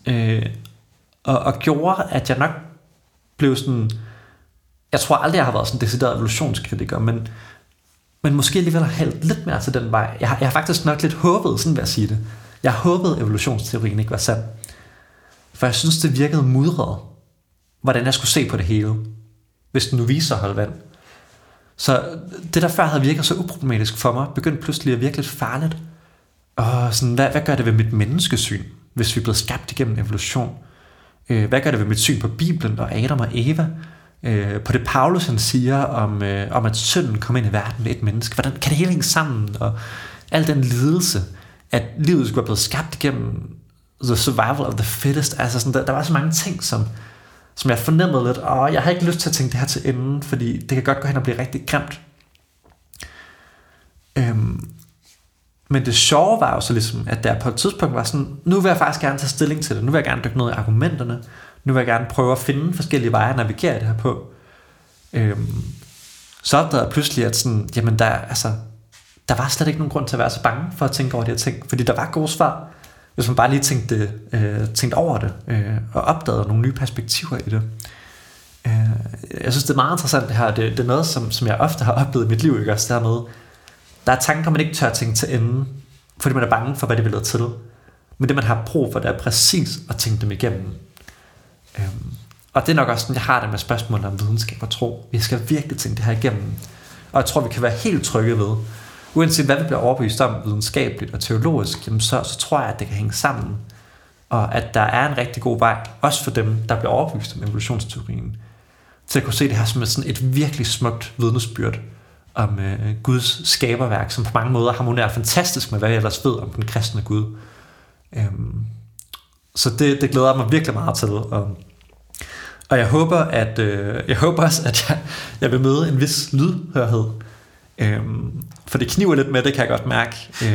og gjorde, at jeg nok blev sådan, jeg tror aldrig, jeg har været sådan en decideret evolutionskritiker, men men måske alligevel har hældt lidt mere til den vej. Jeg har faktisk nok lidt håbet, sådan vil jeg sige det. Jeg håbede, evolutionsteorien ikke var sand. For jeg synes, det virkede mudret, hvordan jeg skulle se på det hele, hvis den nu viser at holde vand. Så det, der før havde virket så uproblematisk for mig, begyndte pludselig at virke lidt farligt. Og sådan, hvad gør det ved mit menneskesyn, hvis vi er blevet skabt igennem evolution? Hvad gør det ved mit syn på Bibelen og Adam og Eva? På det Paulus han siger om at synden kom ind i verden ved et menneske. Hvordan kan det hele hænge sammen? Og al den lidelse, at livet skulle være blevet skabt igennem the survival of the fittest. Altså sådan, der var så mange ting, som jeg fornemmede lidt, og jeg har ikke lyst til at tænke det her til enden, fordi det kan godt gå hen og blive rigtig grimt. Men det sjove var jo så ligesom, at der på et tidspunkt var sådan, nu vil jeg faktisk gerne tage stilling til det, nu vil jeg gerne dykke ned i argumenterne, nu vil jeg gerne prøve at finde forskellige veje at navigere det her på. Så opdagede jeg pludselig, at sådan, jamen der var slet ikke nogen grund til at være så bange for at tænke over de her ting, fordi der var gode svar, hvis man bare lige tænkte over det, og opdagede nogle nye perspektiver i det. Jeg synes, det er meget interessant det her. Det er noget, som jeg ofte har oplevet i mit liv, ikke også dermed. Der er tanker, man ikke tør tænke til enden, fordi man er bange for, hvad det vil lede til. Men det, man har brug for, det er præcis at tænke dem igennem. Og det er nok også sådan, jeg har det med spørgsmålet om videnskab og tro. Vi skal virkelig tænke det her igennem. Og jeg tror, vi kan være helt trygge ved, uanset hvad vi bliver overbevist om videnskabeligt og teologisk, jamen så tror jeg, at det kan hænge sammen. Og at der er en rigtig god vej, også for dem, der bliver overbevist om evolutionsteorien, til at kunne se det her som sådan et virkelig smukt vidnesbyrd om Guds skaberværk, som på mange måder harmonerer fantastisk med, hvad jeg ellers ved om den kristne Gud. Så det glæder jeg mig virkelig meget til. Og jeg håber også, at jeg vil møde en vis lydhørhed. For det kniver lidt med, det kan jeg godt mærke.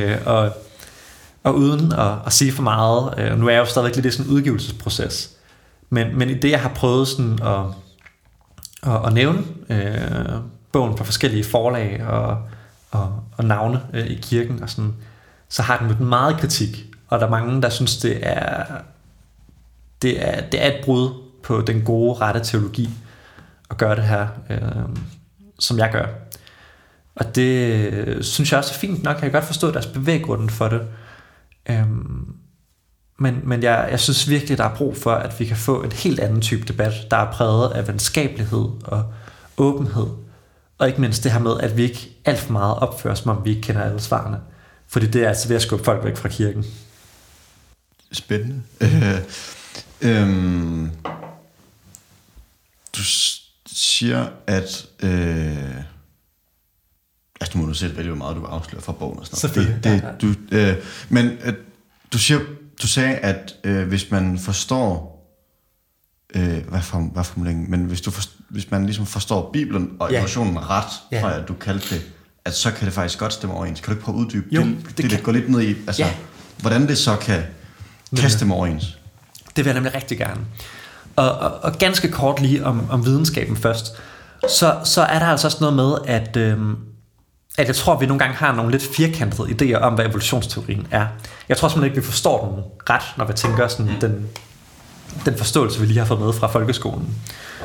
Og uden at sige for meget, nu er jeg jo stadigvæk lidt i sådan en udgivelsesproces, men i det, jeg har prøvet sådan at nævne bogen på forskellige forlag og navne i kirken og sådan, så har den mødt meget kritik, og der er mange, der synes, det er et brud på den gode, rette teologi at gøre det her, som jeg gør. Og det synes jeg også er fint nok. Jeg kan godt forstå deres bevæggrunden for det. Men jeg synes virkelig, der er brug for, at vi kan få en helt anden type debat, der er præget af venskabelighed og åbenhed. Og ikke mindst det her med, at vi ikke alt for meget opfører, som om vi ikke kender alle svarene. Fordi det er altså ved at skubbe folk væk fra kirken. Spændende. Du siger, at du må nu selv vælge, hvor meget du vil afsløre fra bogen og sådan noget. Du sagde, at hvis man forstår hvad formuleringen, men hvis man ligesom forstår Bibelen og evolutionen ret, tror jeg, du kaldte det, at så kan det faktisk godt stemme overens. Kan du ikke prøve at uddybe det gå lidt ned i, hvordan det så kan stemme overens? Det vil jeg nemlig rigtig gerne. Og ganske kort lige om videnskaben først, så er der altså også noget med, at jeg tror, at vi nogle gange har nogle lidt firkantede idéer om, hvad evolutionsteorien er. Jeg tror simpelthen ikke, vi forstår den ret, når vi tænker sådan den forståelse, vi lige har fået med fra folkeskolen.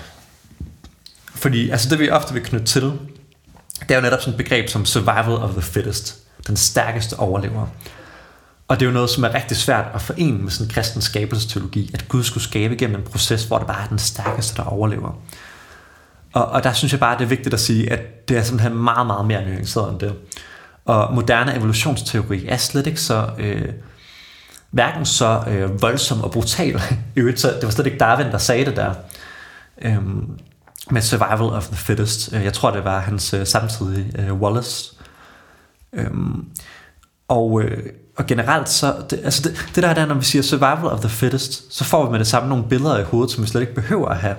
Fordi altså det, vi ofte vil knytte til, det er jo netop sådan et begreb som survival of the fittest, den stærkeste overlever. Og det er jo noget, som er rigtig svært at forene med sådan en kristen skabelsesteologi, at Gud skulle skabe gennem en proces, hvor det bare er den stærkeste, der overlever. Og der synes jeg bare, det er vigtigt at sige, at det er simpelthen meget, meget mere nuanceret end det. Og moderne evolutionsteori er slet ikke så hverken så voldsom og brutal. Det var slet ikke Darwin, der sagde det der med survival of the fittest. Jeg tror, det var hans samtidige Wallace. Og generelt så det der når vi siger survival of the fittest, så får vi med det samme nogle billeder i hovedet, som vi slet ikke behøver at have.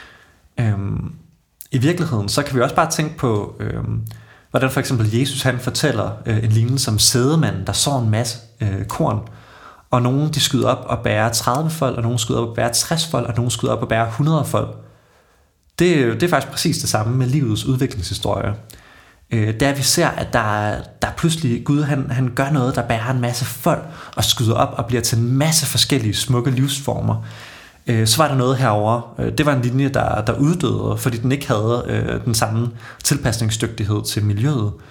I virkeligheden så kan vi også bare tænke på hvordan for eksempel Jesus han fortæller en lignelse om sædemanden, der sår en masse korn, og nogen de skyder op og bærer 30 fold, og nogen skyder op og bærer 60 fold, og nogen skyder op og bærer 100 fold. Det er faktisk præcis det samme med livets udviklingshistorie. Der vi ser, at der pludselig Gud han gør noget, der bærer en masse fold og skyder op og bliver til en masse forskellige smukke livsformer. Så var der noget herover. Det var en linje, der uddøde, fordi den ikke havde den samme tilpasningsdygtighed til miljøet.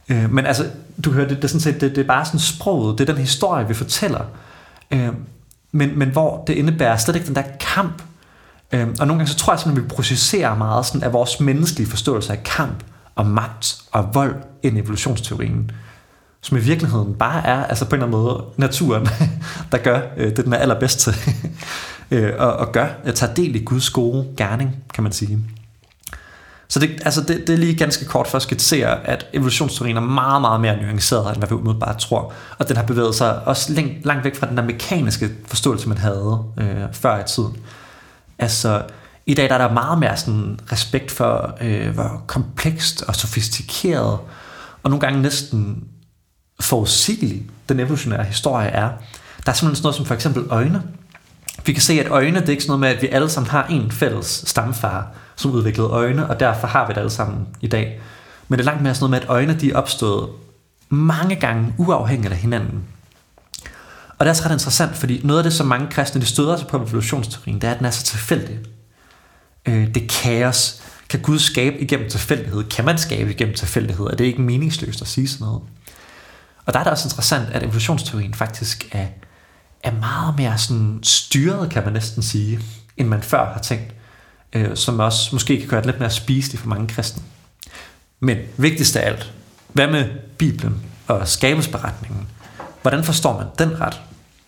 Men altså, du hører, det er sådan set, det er bare sådan sproget, det er den historie, vi fortæller. Men hvor det indebærer slet ikke den der kamp. Og nogle gange så tror jeg simpelthen, vi processerer meget sådan af vores menneskelige forståelse af kamp og magt og vold ind i evolutionsteorien, som i virkeligheden bare er, altså på en eller anden måde, naturen, der gør det, den er allerbedst til, og tager del i Guds gode gerning, kan man sige. Så det er lige ganske kort for at skitsere, at evolutionsteorien er meget, meget mere nuanceret, end hvad vi umiddelbart tror, og den har bevæget sig også langt væk fra den der mekaniske forståelse, man havde før i tiden. Altså, i dag der er der meget mere sådan respekt for, hvor komplekst og sofistikeret, og nogle gange næsten forudsigelig den evolutionære historie er. Der er simpelthen sådan noget som for eksempel øjne. Vi kan se, at øjne, det er ikke sådan noget med, at vi alle sammen har en fælles stamfar, som udviklede øjne, og derfor har vi det alle sammen i dag. Men det er langt mere sådan noget med, at øjne de er opstået mange gange uafhængigt af hinanden. Og det er også ret interessant, fordi noget af det, som mange kristne de støder sig på evolutionsteorien, det er, at den er så tilfældig. Det kaos. Kan Gud skabe igennem tilfældighed? Kan man skabe igennem tilfældighed? Er det ikke meningsløst at sige sådan noget? Og der er det også interessant, at evolutionsteorien faktisk er meget mere sådan styret, kan man næsten sige, end man før har tænkt. Som også måske kan gøre det lidt mere spiseligt for mange kristne. Men vigtigst af alt, hvad med Bibelen og skabelsesberetningen? Hvordan forstår man den ret?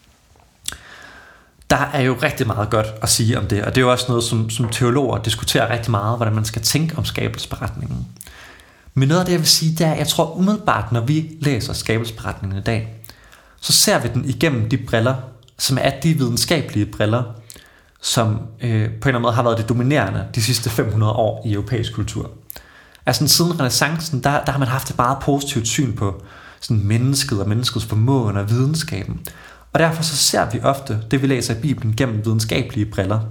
Der er jo rigtig meget godt at sige om det, og det er jo også noget, som teologer diskuterer rigtig meget, hvordan man skal tænke om skabelsesberetningen. Men noget af det, jeg vil sige, det er, at jeg tror umiddelbart, når vi læser skabelsesberetningen i dag, så ser vi den igennem de briller, som er de videnskabelige briller, som på en eller anden måde har været det dominerende de sidste 500 år i europæisk kultur. Altså siden renæssancen, der har man haft et meget positivt syn på sådan mennesket og menneskets formåen og videnskaben. Og derfor så ser vi ofte det, vi læser i Bibelen, gennem videnskabelige briller.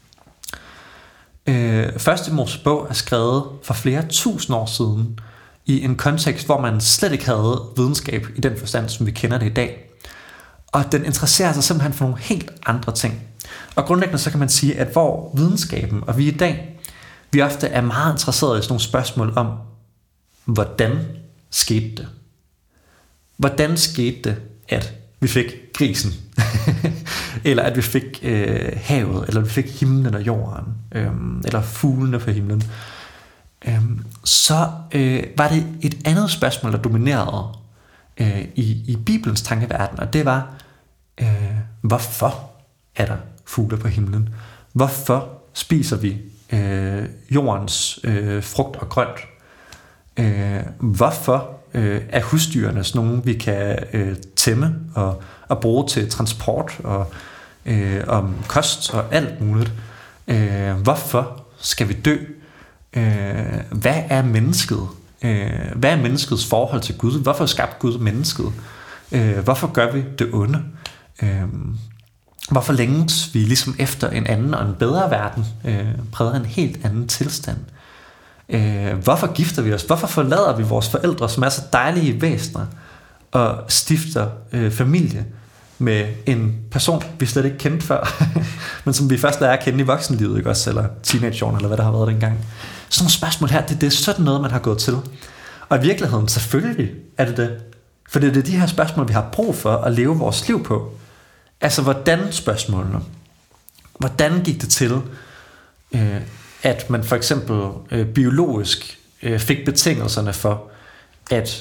Første Mosebog er skrevet for flere tusind år siden i en kontekst, hvor man slet ikke havde videnskab i den forstand, som vi kender det i dag. Og den interesserer sig simpelthen for nogle helt andre ting. Og grundlæggende så kan man sige, at hvor videnskaben og vi i dag, vi ofte er meget interesserede i sådan nogle spørgsmål om, hvordan skete det? Hvordan skete det, at vi fik grisen? Eller at vi fik havet, eller at vi fik himlen og jorden, eller fuglene på himlen? Så var det et andet spørgsmål, der dominerede i Bibelens tankeverden, og det var, hvorfor er der fugle på himlen? Hvorfor spiser vi jordens frugt og grønt? Hvorfor er husdyrene sådan nogle, vi kan tæmme og bruge til transport og om kost og alt muligt? Hvorfor skal vi dø? Hvad er mennesket? Hvad er menneskets forhold til Gud? Hvorfor skabte Gud mennesket? Hvorfor gør vi det onde? Hvorfor længes vi ligesom efter en anden og en bedre verden, præget en helt anden tilstand? Hvorfor gifter vi os? Hvorfor forlader vi vores forældre, som er så dejlige væsener, og stifter familie med en person, vi slet ikke kendte før, men som vi først lærer at kende i voksenlivet, ikke også? Eller teenageårene, eller hvad der har været dengang. Sådan nogle spørgsmål her, det er sådan noget, man har gået til. Og i virkeligheden, selvfølgelig er det det. For det er de her spørgsmål, vi har brug for at leve vores liv på. Altså, hvordan spørgsmålene? Hvordan gik det til, at man for eksempel biologisk fik betingelserne for, at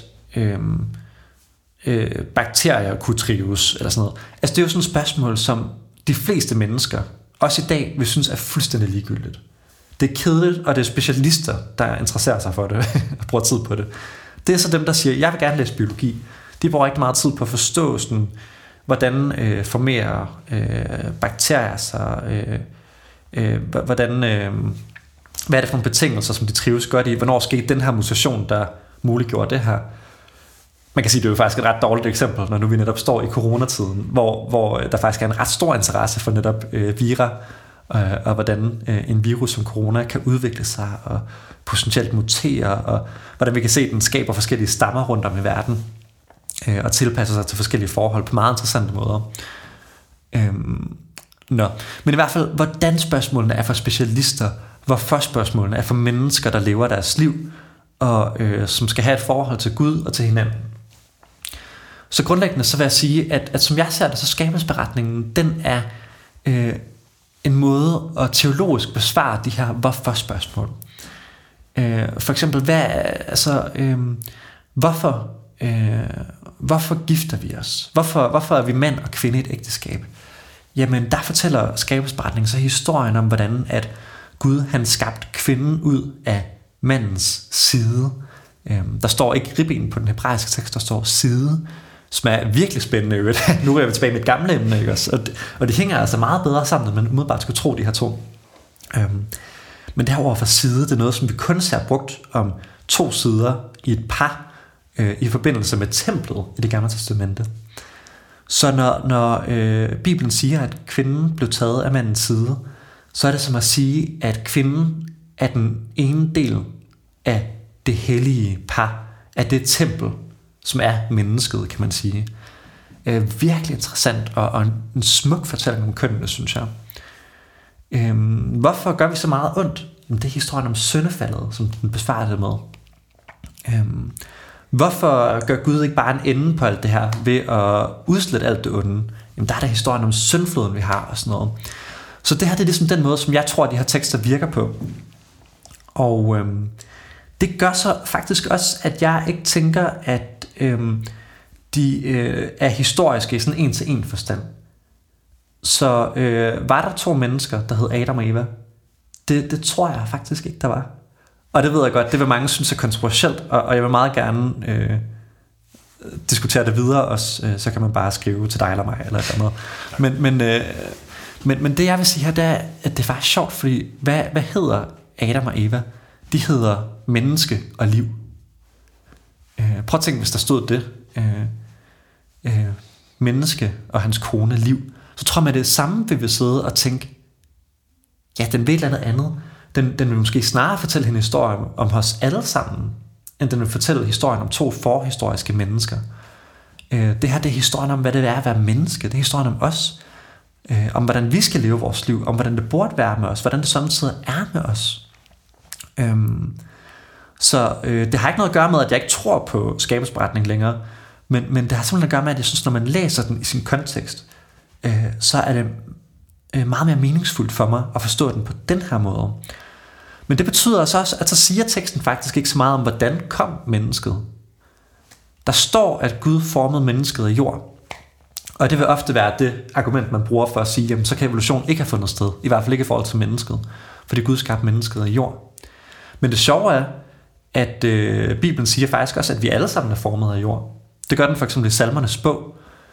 bakterier kunne trives, eller sådan noget. Altså, det er jo sådan et spørgsmål, som de fleste mennesker, også i dag, vil synes er fuldstændig ligegyldigt. Det er kedeligt, og det er specialister, der interesserer sig for det og bruger tid på det. Det er så dem, der siger, jeg vil gerne læse biologi. De bruger rigtig meget tid på at forstå sådan, hvordan formerer bakterier sig, hvordan, hvad er det for nogle betingelser, som de trives godt i, hvornår skete den her mutation, der muliggjorde det her. Man kan sige, det er jo faktisk et ret dårligt eksempel, når nu vi netop står i coronatiden, hvor der faktisk er en ret stor interesse for netop vira, og hvordan en virus som corona kan udvikle sig og potentielt mutere, og hvordan vi kan se, at den skaber forskellige stammer rundt om i verden og tilpasser sig til forskellige forhold på meget interessante måder. Men i hvert fald, hvordan spørgsmålene er for specialister, hvorfor spørgsmålene er for mennesker, der lever deres liv og som skal have et forhold til Gud og til hinanden. Så grundlæggende så vil jeg sige, at som jeg ser det, så skabelsesberetningen, den er en måde at teologisk besvare de her hvorfor-spørgsmål. For eksempel, hvorfor gifter vi os? Hvorfor er vi mand og kvinde i et ægteskab? Jamen, der fortæller skabelsesberetningen så historien om, hvordan at Gud han skabte kvinden ud af mandens side. Der står ikke ribben på den hebraiske tekst, der står side, som er virkelig spændende. Nu er jeg tilbage med et gamle emne, ikke også? Og det hænger altså meget bedre sammen, end man umiddelbart skulle tro, de her to. Men derover for side, det er noget, som vi kun ser brugt om 2 sider i et par, i forbindelse med templet i det gamle testamente. Så når Bibelen siger, at kvinden blev taget af mandens side, så er det som at sige, at kvinden er den ene del af det hellige par, af det tempel, som er mennesket, kan man sige. Virkelig interessant og en smuk fortælling om kønnene, synes jeg. Hvorfor gør vi så meget ondt? Det er historien om syndefaldet, som den besvarer det med. Hvorfor gør Gud ikke bare en ende på alt det her ved at udslette alt det onde? Jamen der er der historien om syndfloden, vi har og sådan noget. Så det her det er ligesom den måde, som jeg tror, at de her tekster virker på. Og det gør så faktisk også, at jeg ikke tænker, at de er historiske i sådan en til en forstand. Så var der 2 mennesker, der hed Adam og Eva? Det tror jeg faktisk ikke, der var. Og det ved jeg godt, det vil mange synes er kontroversielt, og jeg vil meget gerne diskutere det videre også, så kan man bare skrive til dig eller mig eller noget. Men det jeg vil sige her, det er, at det er faktisk sjovt, fordi hvad hedder Adam og Eva? De hedder menneske og liv. Prøv at tænke, hvis der stod det. Menneske og hans kone liv. Så tror man, det er det samme, vi vil sidde og tænke, ja, den vil et eller andet. Den vil måske snarere fortælle en historie om os alle sammen, end den vil fortælle historien om 2 forhistoriske mennesker. Det her det er historien om, hvad det er at være menneske. Det er historien om os. Om hvordan vi skal leve vores liv. Om hvordan det burde være med os. Hvordan det samtidig er med os. Så det har ikke noget at gøre med, at jeg ikke tror på skabelsesberetning længere. Men det har simpelthen at gøre med, at jeg synes, når man læser den i sin kontekst, så er det meget mere meningsfuldt for mig at forstå den på den her måde. Men det betyder også, at så siger teksten faktisk ikke så meget om, hvordan kom mennesket. Der står, at Gud formede mennesket af jord. Og det vil ofte være det argument, man bruger for at sige, jamen så kan evolution ikke have fundet sted. I hvert fald ikke i forhold til mennesket. Fordi Gud skabte mennesket af jord. Men det sjove er, at Bibelen siger faktisk også, at vi alle sammen er formet af jord. Det gør den for eksempel i Salmernes bog.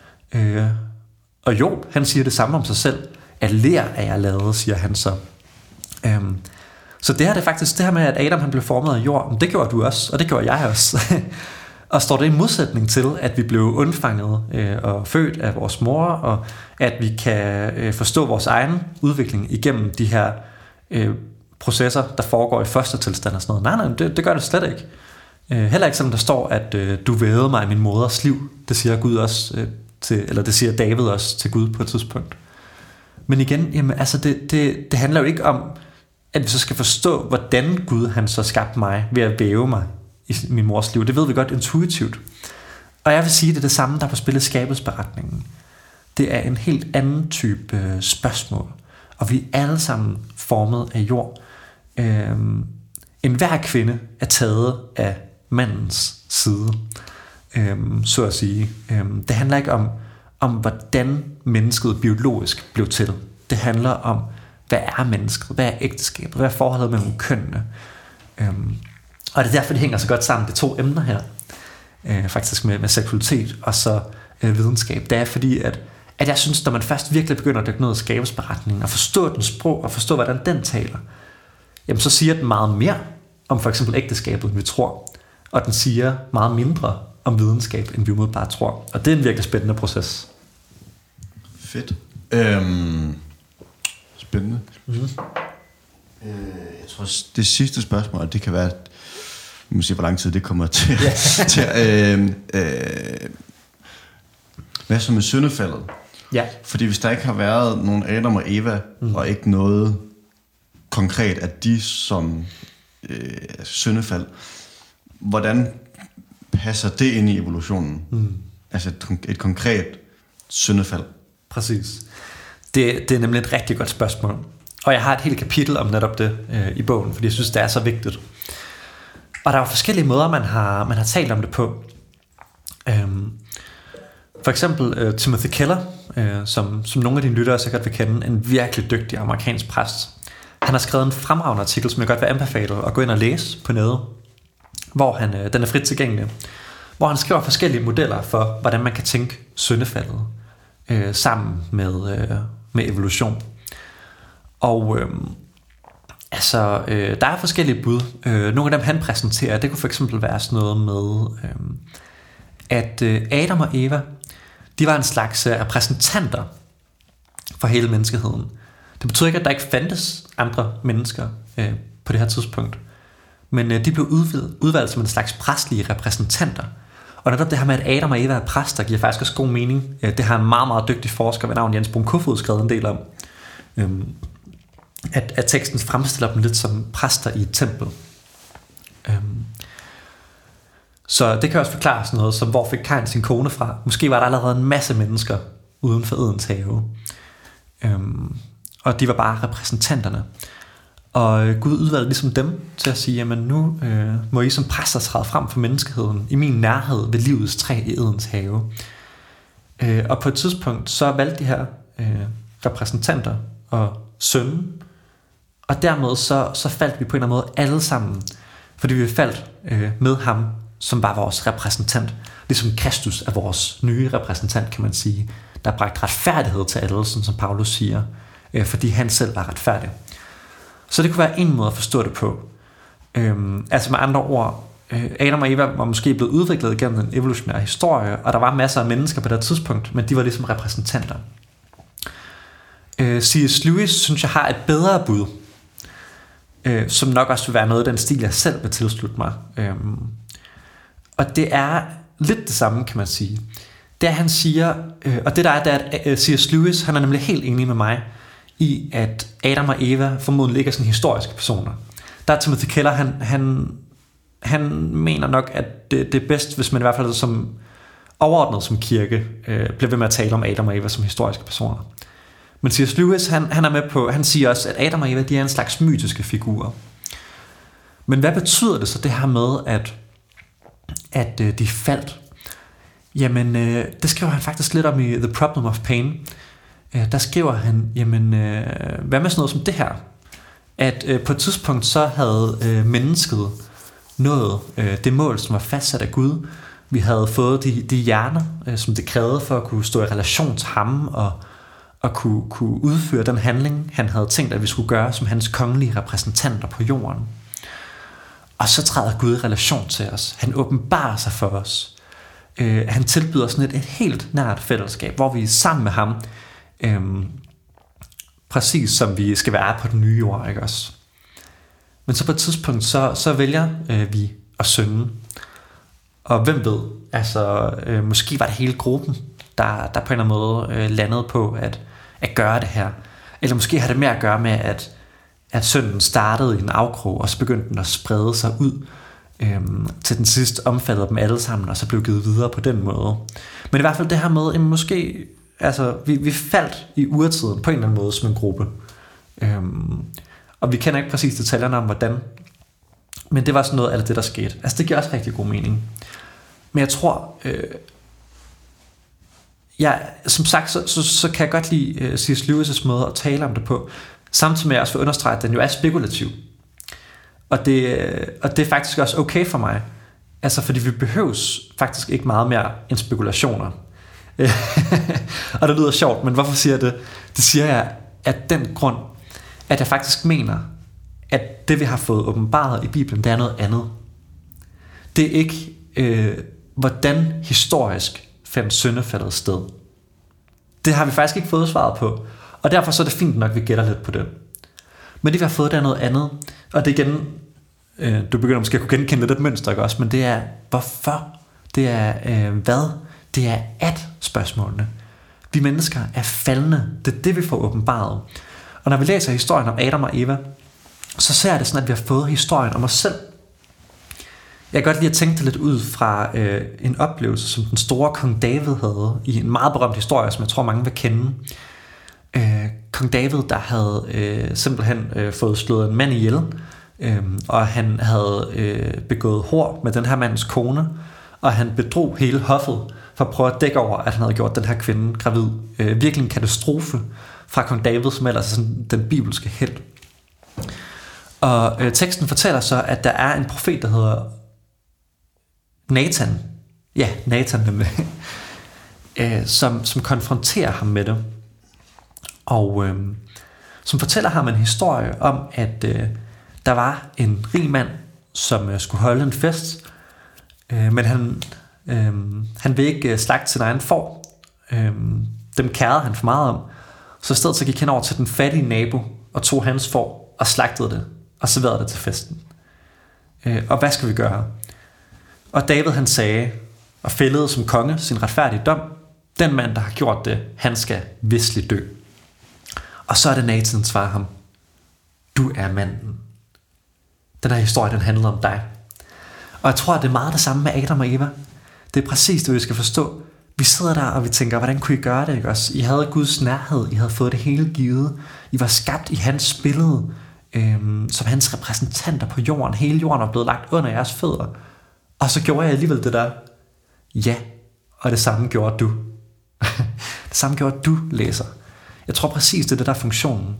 Og Job, han siger det samme om sig selv. At ler er jeg lavet, siger han så. Så det her, det er faktisk det her med, at Adam han blev formet af jord. Det gjorde du også, og det gjorde jeg også. Og står det i modsætning til, at vi blev undfanget og født af vores mor, og at vi kan forstå vores egen udvikling igennem de her processer, der foregår i første tilstand og sådan noget. Nej, det gør det slet ikke. Heller ikke som der står, at du vævede mig i min moders liv. Det siger Gud også det siger David også til Gud på et tidspunkt. Men igen, jamen, altså det handler jo ikke om, at vi så skal forstå, hvordan Gud han så skabte mig ved at væve mig i min mors liv. Det ved vi godt intuitivt. Og jeg vil sige, det er det samme, der er på spil i skabelsesberetningen. Det er en helt anden type spørgsmål. Og vi er alle sammen formet af jord. Enhver kvinde er taget af mandens side, så at sige. Det handler ikke om hvordan mennesket biologisk blev til. Det handler om, hvad er mennesket? Hvad er ægteskabet? Hvad er forholdet mellem kønnene? Og det er derfor, det hænger så godt sammen, de 2 emner her. Faktisk med seksualitet og så videnskab. Det er fordi, at jeg synes, når man først virkelig begynder at dykke ned i skabelsesberetningen og forstå den sprog og forstå, hvordan den taler, jamen så siger den meget mere om for eksempel ægteskabet, end vi tror. Og den siger meget mindre om videnskab, end vi umiddelbart tror. Og det er en virkelig spændende proces. Fedt. Spændende. Mm-hmm. Jeg tror det sidste spørgsmål, det kan være, vi må se, hvor lang tid det kommer til. Hvad så med syndefaldet? Ja. Fordi hvis der ikke har været nogen Adam og Eva, og ikke noget konkret, at de som syndefald, hvordan passer det ind i evolutionen? Altså et konkret syndefald. Præcis. Det er nemlig et rigtig godt spørgsmål. Og jeg har et helt kapitel om netop det i bogen, fordi jeg synes, det er så vigtigt. Og der er jo forskellige måder, man har talt om det på. For eksempel Timothy Keller, som nogle af dine lyttere sikkert vil kende, en virkelig dygtig amerikansk præst. Han har skrevet en fremragende artikel, som jeg godt vil anbefale at gå ind og læse på nettet, hvor den er frit tilgængelig, hvor han skriver forskellige modeller for, hvordan man kan tænke syndefaldet sammen med evolution. Og der er forskellige bud. Nogle af dem han præsenterer, det kunne for eksempel være sådan noget med, at Adam og Eva, de var en slags repræsentanter for hele menneskeheden. Det betyder ikke, at der ikke fandtes andre mennesker på det her tidspunkt, men de blev udvalgt som en slags præstlige repræsentanter. Og netop det her med, at Adam og Eva er præster, giver faktisk også god mening. Det har en meget, meget dygtig forsker ved navn Jens Brun-Kofoed skrevet en del om. At teksten fremstiller dem lidt som præster i et tempel. Så det kan også forklare sådan noget som, hvor fik Kain sin kone fra? Måske var der allerede en masse mennesker uden for Edens have. Og de var bare repræsentanterne. Og Gud udvalgte ligesom dem til at sige, jamen nu må I som præster træde frem for menneskeheden i min nærhed ved livets træ i Edens have. Og på et tidspunkt så valgte de her repræsentanter og sønnen, og dermed så faldt vi på en eller anden måde alle sammen, fordi vi faldt med ham, som var vores repræsentant. Ligesom Kristus er vores nye repræsentant, kan man sige, der har bragt retfærdighed til alle, som Paulus siger, fordi han selv var retfærdig. Så det kunne være en måde at forstå det på. Altså med andre ord, Adam og Eva var måske blevet udviklet gennem en evolutionær historie, og der var masser af mennesker på det tidspunkt, men de var ligesom repræsentanter. C.S. Lewis synes jeg har et bedre bud, som nok også vil være noget af den stil, jeg selv vil tilslutte mig. Og det er lidt det samme, kan man sige. Det han siger, og det der er, at C.S. Lewis, han er nemlig helt enig med mig i, at Adam og Eva formodentlig ikke er sådan historiske personer. Der er Timothy Keller, han mener nok, at det er bedst, hvis man i hvert fald som overordnet som kirke bliver ved med at tale om Adam og Eva som historiske personer. Men C.S. Lewis, han er med på, han siger også, at Adam og Eva, de er en slags mytiske figurer. Men hvad betyder det så, det her med, at de faldt? Jamen, det skriver han faktisk lidt om i The Problem of Pain. Der skriver han, jamen, hvad med sådan noget som det her? At på et tidspunkt så havde mennesket nået det mål, som var fastsat af Gud. Vi havde fået de hjerner, som det krævede for at kunne stå i relation til ham, og kunne udføre den handling, han havde tænkt, at vi skulle gøre som hans kongelige repræsentanter på jorden. Og så træder Gud i relation til os. Han åbenbarer sig for os. Han tilbyder sådan et helt nært fællesskab, hvor vi er sammen med ham, præcis som vi skal være på den nye jord, ikke også? Men så på et tidspunkt, så vælger vi at synde. Og hvem ved, altså måske var det hele gruppen, der på en eller anden måde landede på at gøre det her. Eller måske har det mere at gøre med, at synden startede i en afkrog, og så begyndte den at sprede sig ud, til den sidst omfattede dem alle sammen, og så blev givet videre på den måde. Men i hvert fald det her med, måske, altså vi faldt i urtiden på en eller anden måde som en gruppe. Og vi kender ikke præcis detaljerne om hvordan, men det var sådan noget af det, der skete. Altså det giver også rigtig god mening. Men jeg tror, som sagt, så kan jeg godt lide C.S. Lewis' måde at tale om det på, samtidig med at jeg også vil understrege, at den jo er spekulativ. Og det er faktisk også okay for mig. Altså fordi vi behøves faktisk ikke meget mere end spekulationer. Og det lyder sjovt, men hvorfor siger jeg det? Det siger jeg af den grund, at jeg faktisk mener, at det vi har fået åbenbaret i Bibelen, det er noget andet. Det er ikke hvordan historisk fandt syndefaldet sted. Det har vi faktisk ikke fået svaret på. Og derfor så er det fint nok, at vi gætter lidt på det. Men det vi har fået, det er noget andet. Og det igen, du begynder måske at kunne genkende lidt et mønster, ikke også? Men det er hvorfor, det er hvad, det er at spørgsmålene. Vi mennesker er faldende. Det er det, vi får åbenbaret. Og når vi læser historien om Adam og Eva, så ser det sådan, at vi har fået historien om os selv. Jeg kan godt lide at tænke det lidt ud fra en oplevelse, som den store kong David havde i en meget berømt historie, som jeg tror mange vil kende. Kong David, der havde simpelthen fået slået en mand ihjel, og han havde begået hor med den her mands kone, og han bedrog hele hoffet for at prøve at dække over, at han havde gjort den her kvinde gravid. Virkelig en katastrofe fra kong David, som ellers er sådan den bibelske helt. Og teksten fortæller så, at der er en profet, der hedder Nathan. Ja, Nathan nemlig. Som konfronterer ham med det. Og som fortæller ham en historie om, at der var en rig mand, som skulle holde en fest, men han ville ikke slagte sin egen får. Dem kærede han for meget om. Så i stedet så gik han over til den fattige nabo og tog hans får og slagtede det og serverede det til festen. Og hvad skal vi gøre? Og David han sagde og fældede som konge sin retfærdige dom: den mand, der har gjort det, han skal visligt dø. Og så er det Nathan, der svarer ham: du er manden. Den her historie, den handler om dig. Og jeg tror, at det er meget det samme med Adam og Eva. Det er præcis det, vi skal forstå. Vi sidder der, og vi tænker, hvordan kunne I gøre det? Ikke også? I havde Guds nærhed, I havde fået det hele givet. I var skabt i hans billede, som hans repræsentanter på jorden. Hele jorden var blevet lagt under jeres fødder. Og så gjorde jeg alligevel det der. Ja, og det samme gjorde du. Det samme gjorde du, læser. Jeg tror præcis, det er det, der er funktionen.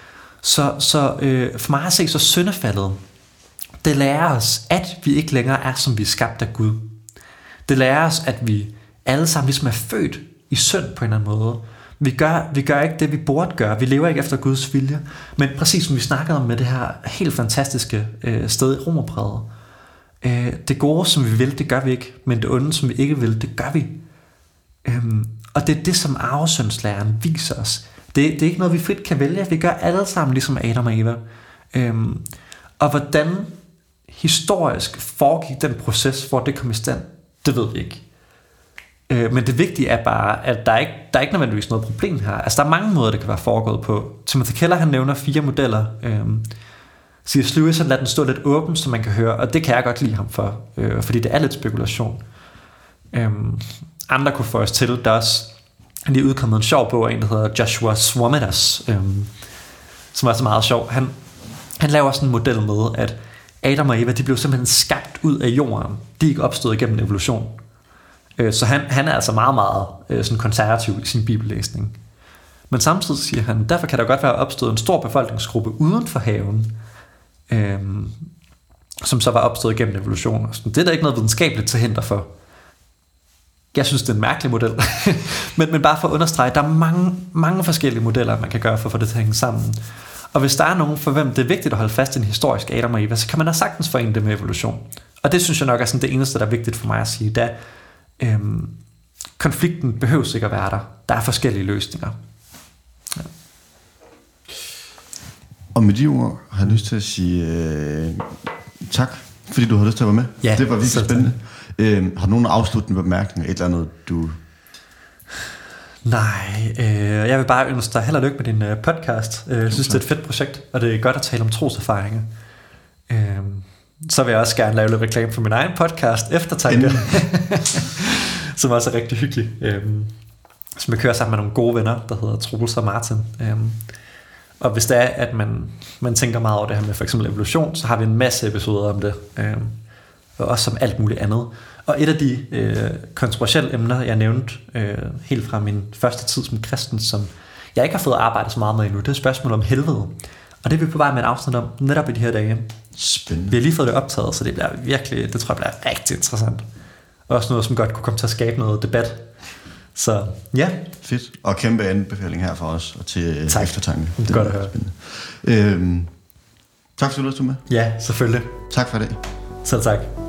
Så for mig at se, så syndefaldet, det lærer os, at vi ikke længere er, som vi er skabt af Gud. Det lærer os, at vi alle sammen ligesom er født i synd på en eller anden måde. Vi gør ikke det, vi burde gøre. Vi lever ikke efter Guds vilje. Men præcis som vi snakkede om med det her helt fantastiske sted i Romerbrevet. Det gode, som vi vil, det gør vi ikke. Men det onde, som vi ikke vil, det gør vi. Og det er det, som arvesyndslæren viser os. Det er ikke noget, vi frit kan vælge. Vi gør alle sammen ligesom Adam og Eva. Og hvordan historisk foregik den proces, hvor det kom i stand, det ved vi ikke. Men det vigtige er bare, at der er ikke nødvendigvis noget problem her. Altså der er mange måder, det kan være foregået på. Timothy Keller, han nævner 4 modeller. C.S. Lewis, han lader den stå lidt åben, så man kan høre, og det kan jeg godt lide ham for, fordi det er lidt spekulation. Andre kunne få os til, der også lige udkommet en sjov bog af en, der hedder Joshua Swamidas, som er så meget sjov. Han laver sådan en model med, at Adam og Eva, de blev simpelthen skabt ud af jorden. De er ikke opstået gennem evolution. Så han er altså meget, meget sådan konservativ i sin bibellæsning. Men samtidig siger han, derfor kan der godt være opstået en stor befolkningsgruppe uden for haven, som så var opstået gennem evolution. Det er der ikke noget videnskabeligt til hinder for. Jeg synes, det er en mærkelig model. men bare for at understrege, der er mange forskellige modeller, man kan gøre for at få det til at hænge sammen. Og hvis der er nogen, for hvem det er vigtigt at holde fast i en historisk Adam og Eva, så kan man da sagtens forene det med evolution. Og det synes jeg nok er sådan det eneste, der er vigtigt for mig at sige. Da konflikten behøver ikke at være der. Der er forskellige løsninger. Ja. Og med de ord har jeg lyst til at sige tak, fordi du har lyst til at være med. Ja, det var virkelig spændende. Har du nogle afsluttende bemærkninger? Et eller andet, du... Nej, jeg vil bare ønske dig held og lykke med din podcast. Jeg synes, det er et fedt projekt, og det er godt at tale om troserfaringer. Så vil jeg også gerne lave lidt reklame for min egen podcast, Eftertanke, som også er rigtig hyggelig. Som jeg kører sammen med nogle gode venner, der hedder Troels og Martin. Og hvis det er, at man tænker meget over det her med for eksempel evolution, så har vi en masse episoder om det. Og også som alt muligt andet. Og et af de kontroversielle emner, jeg nævnte helt fra min første tid som kristen, som jeg ikke har fået arbejdet så meget med endnu, det er spørgsmålet om helvede. Og det er vi på vej med en afsnit om netop i de her dage. Spændende. Vi har lige fået det optaget, så det bliver virkelig, det tror jeg bliver rigtig interessant. Og også noget, som godt kunne komme til at skabe noget debat. Så ja. Fedt. Og kæmpe anbefaling her for os og til tak. Eftertanke. Det er godt at høre. Tak fordi du var med. Ja, selvfølgelig. Tak for det. Selv tak.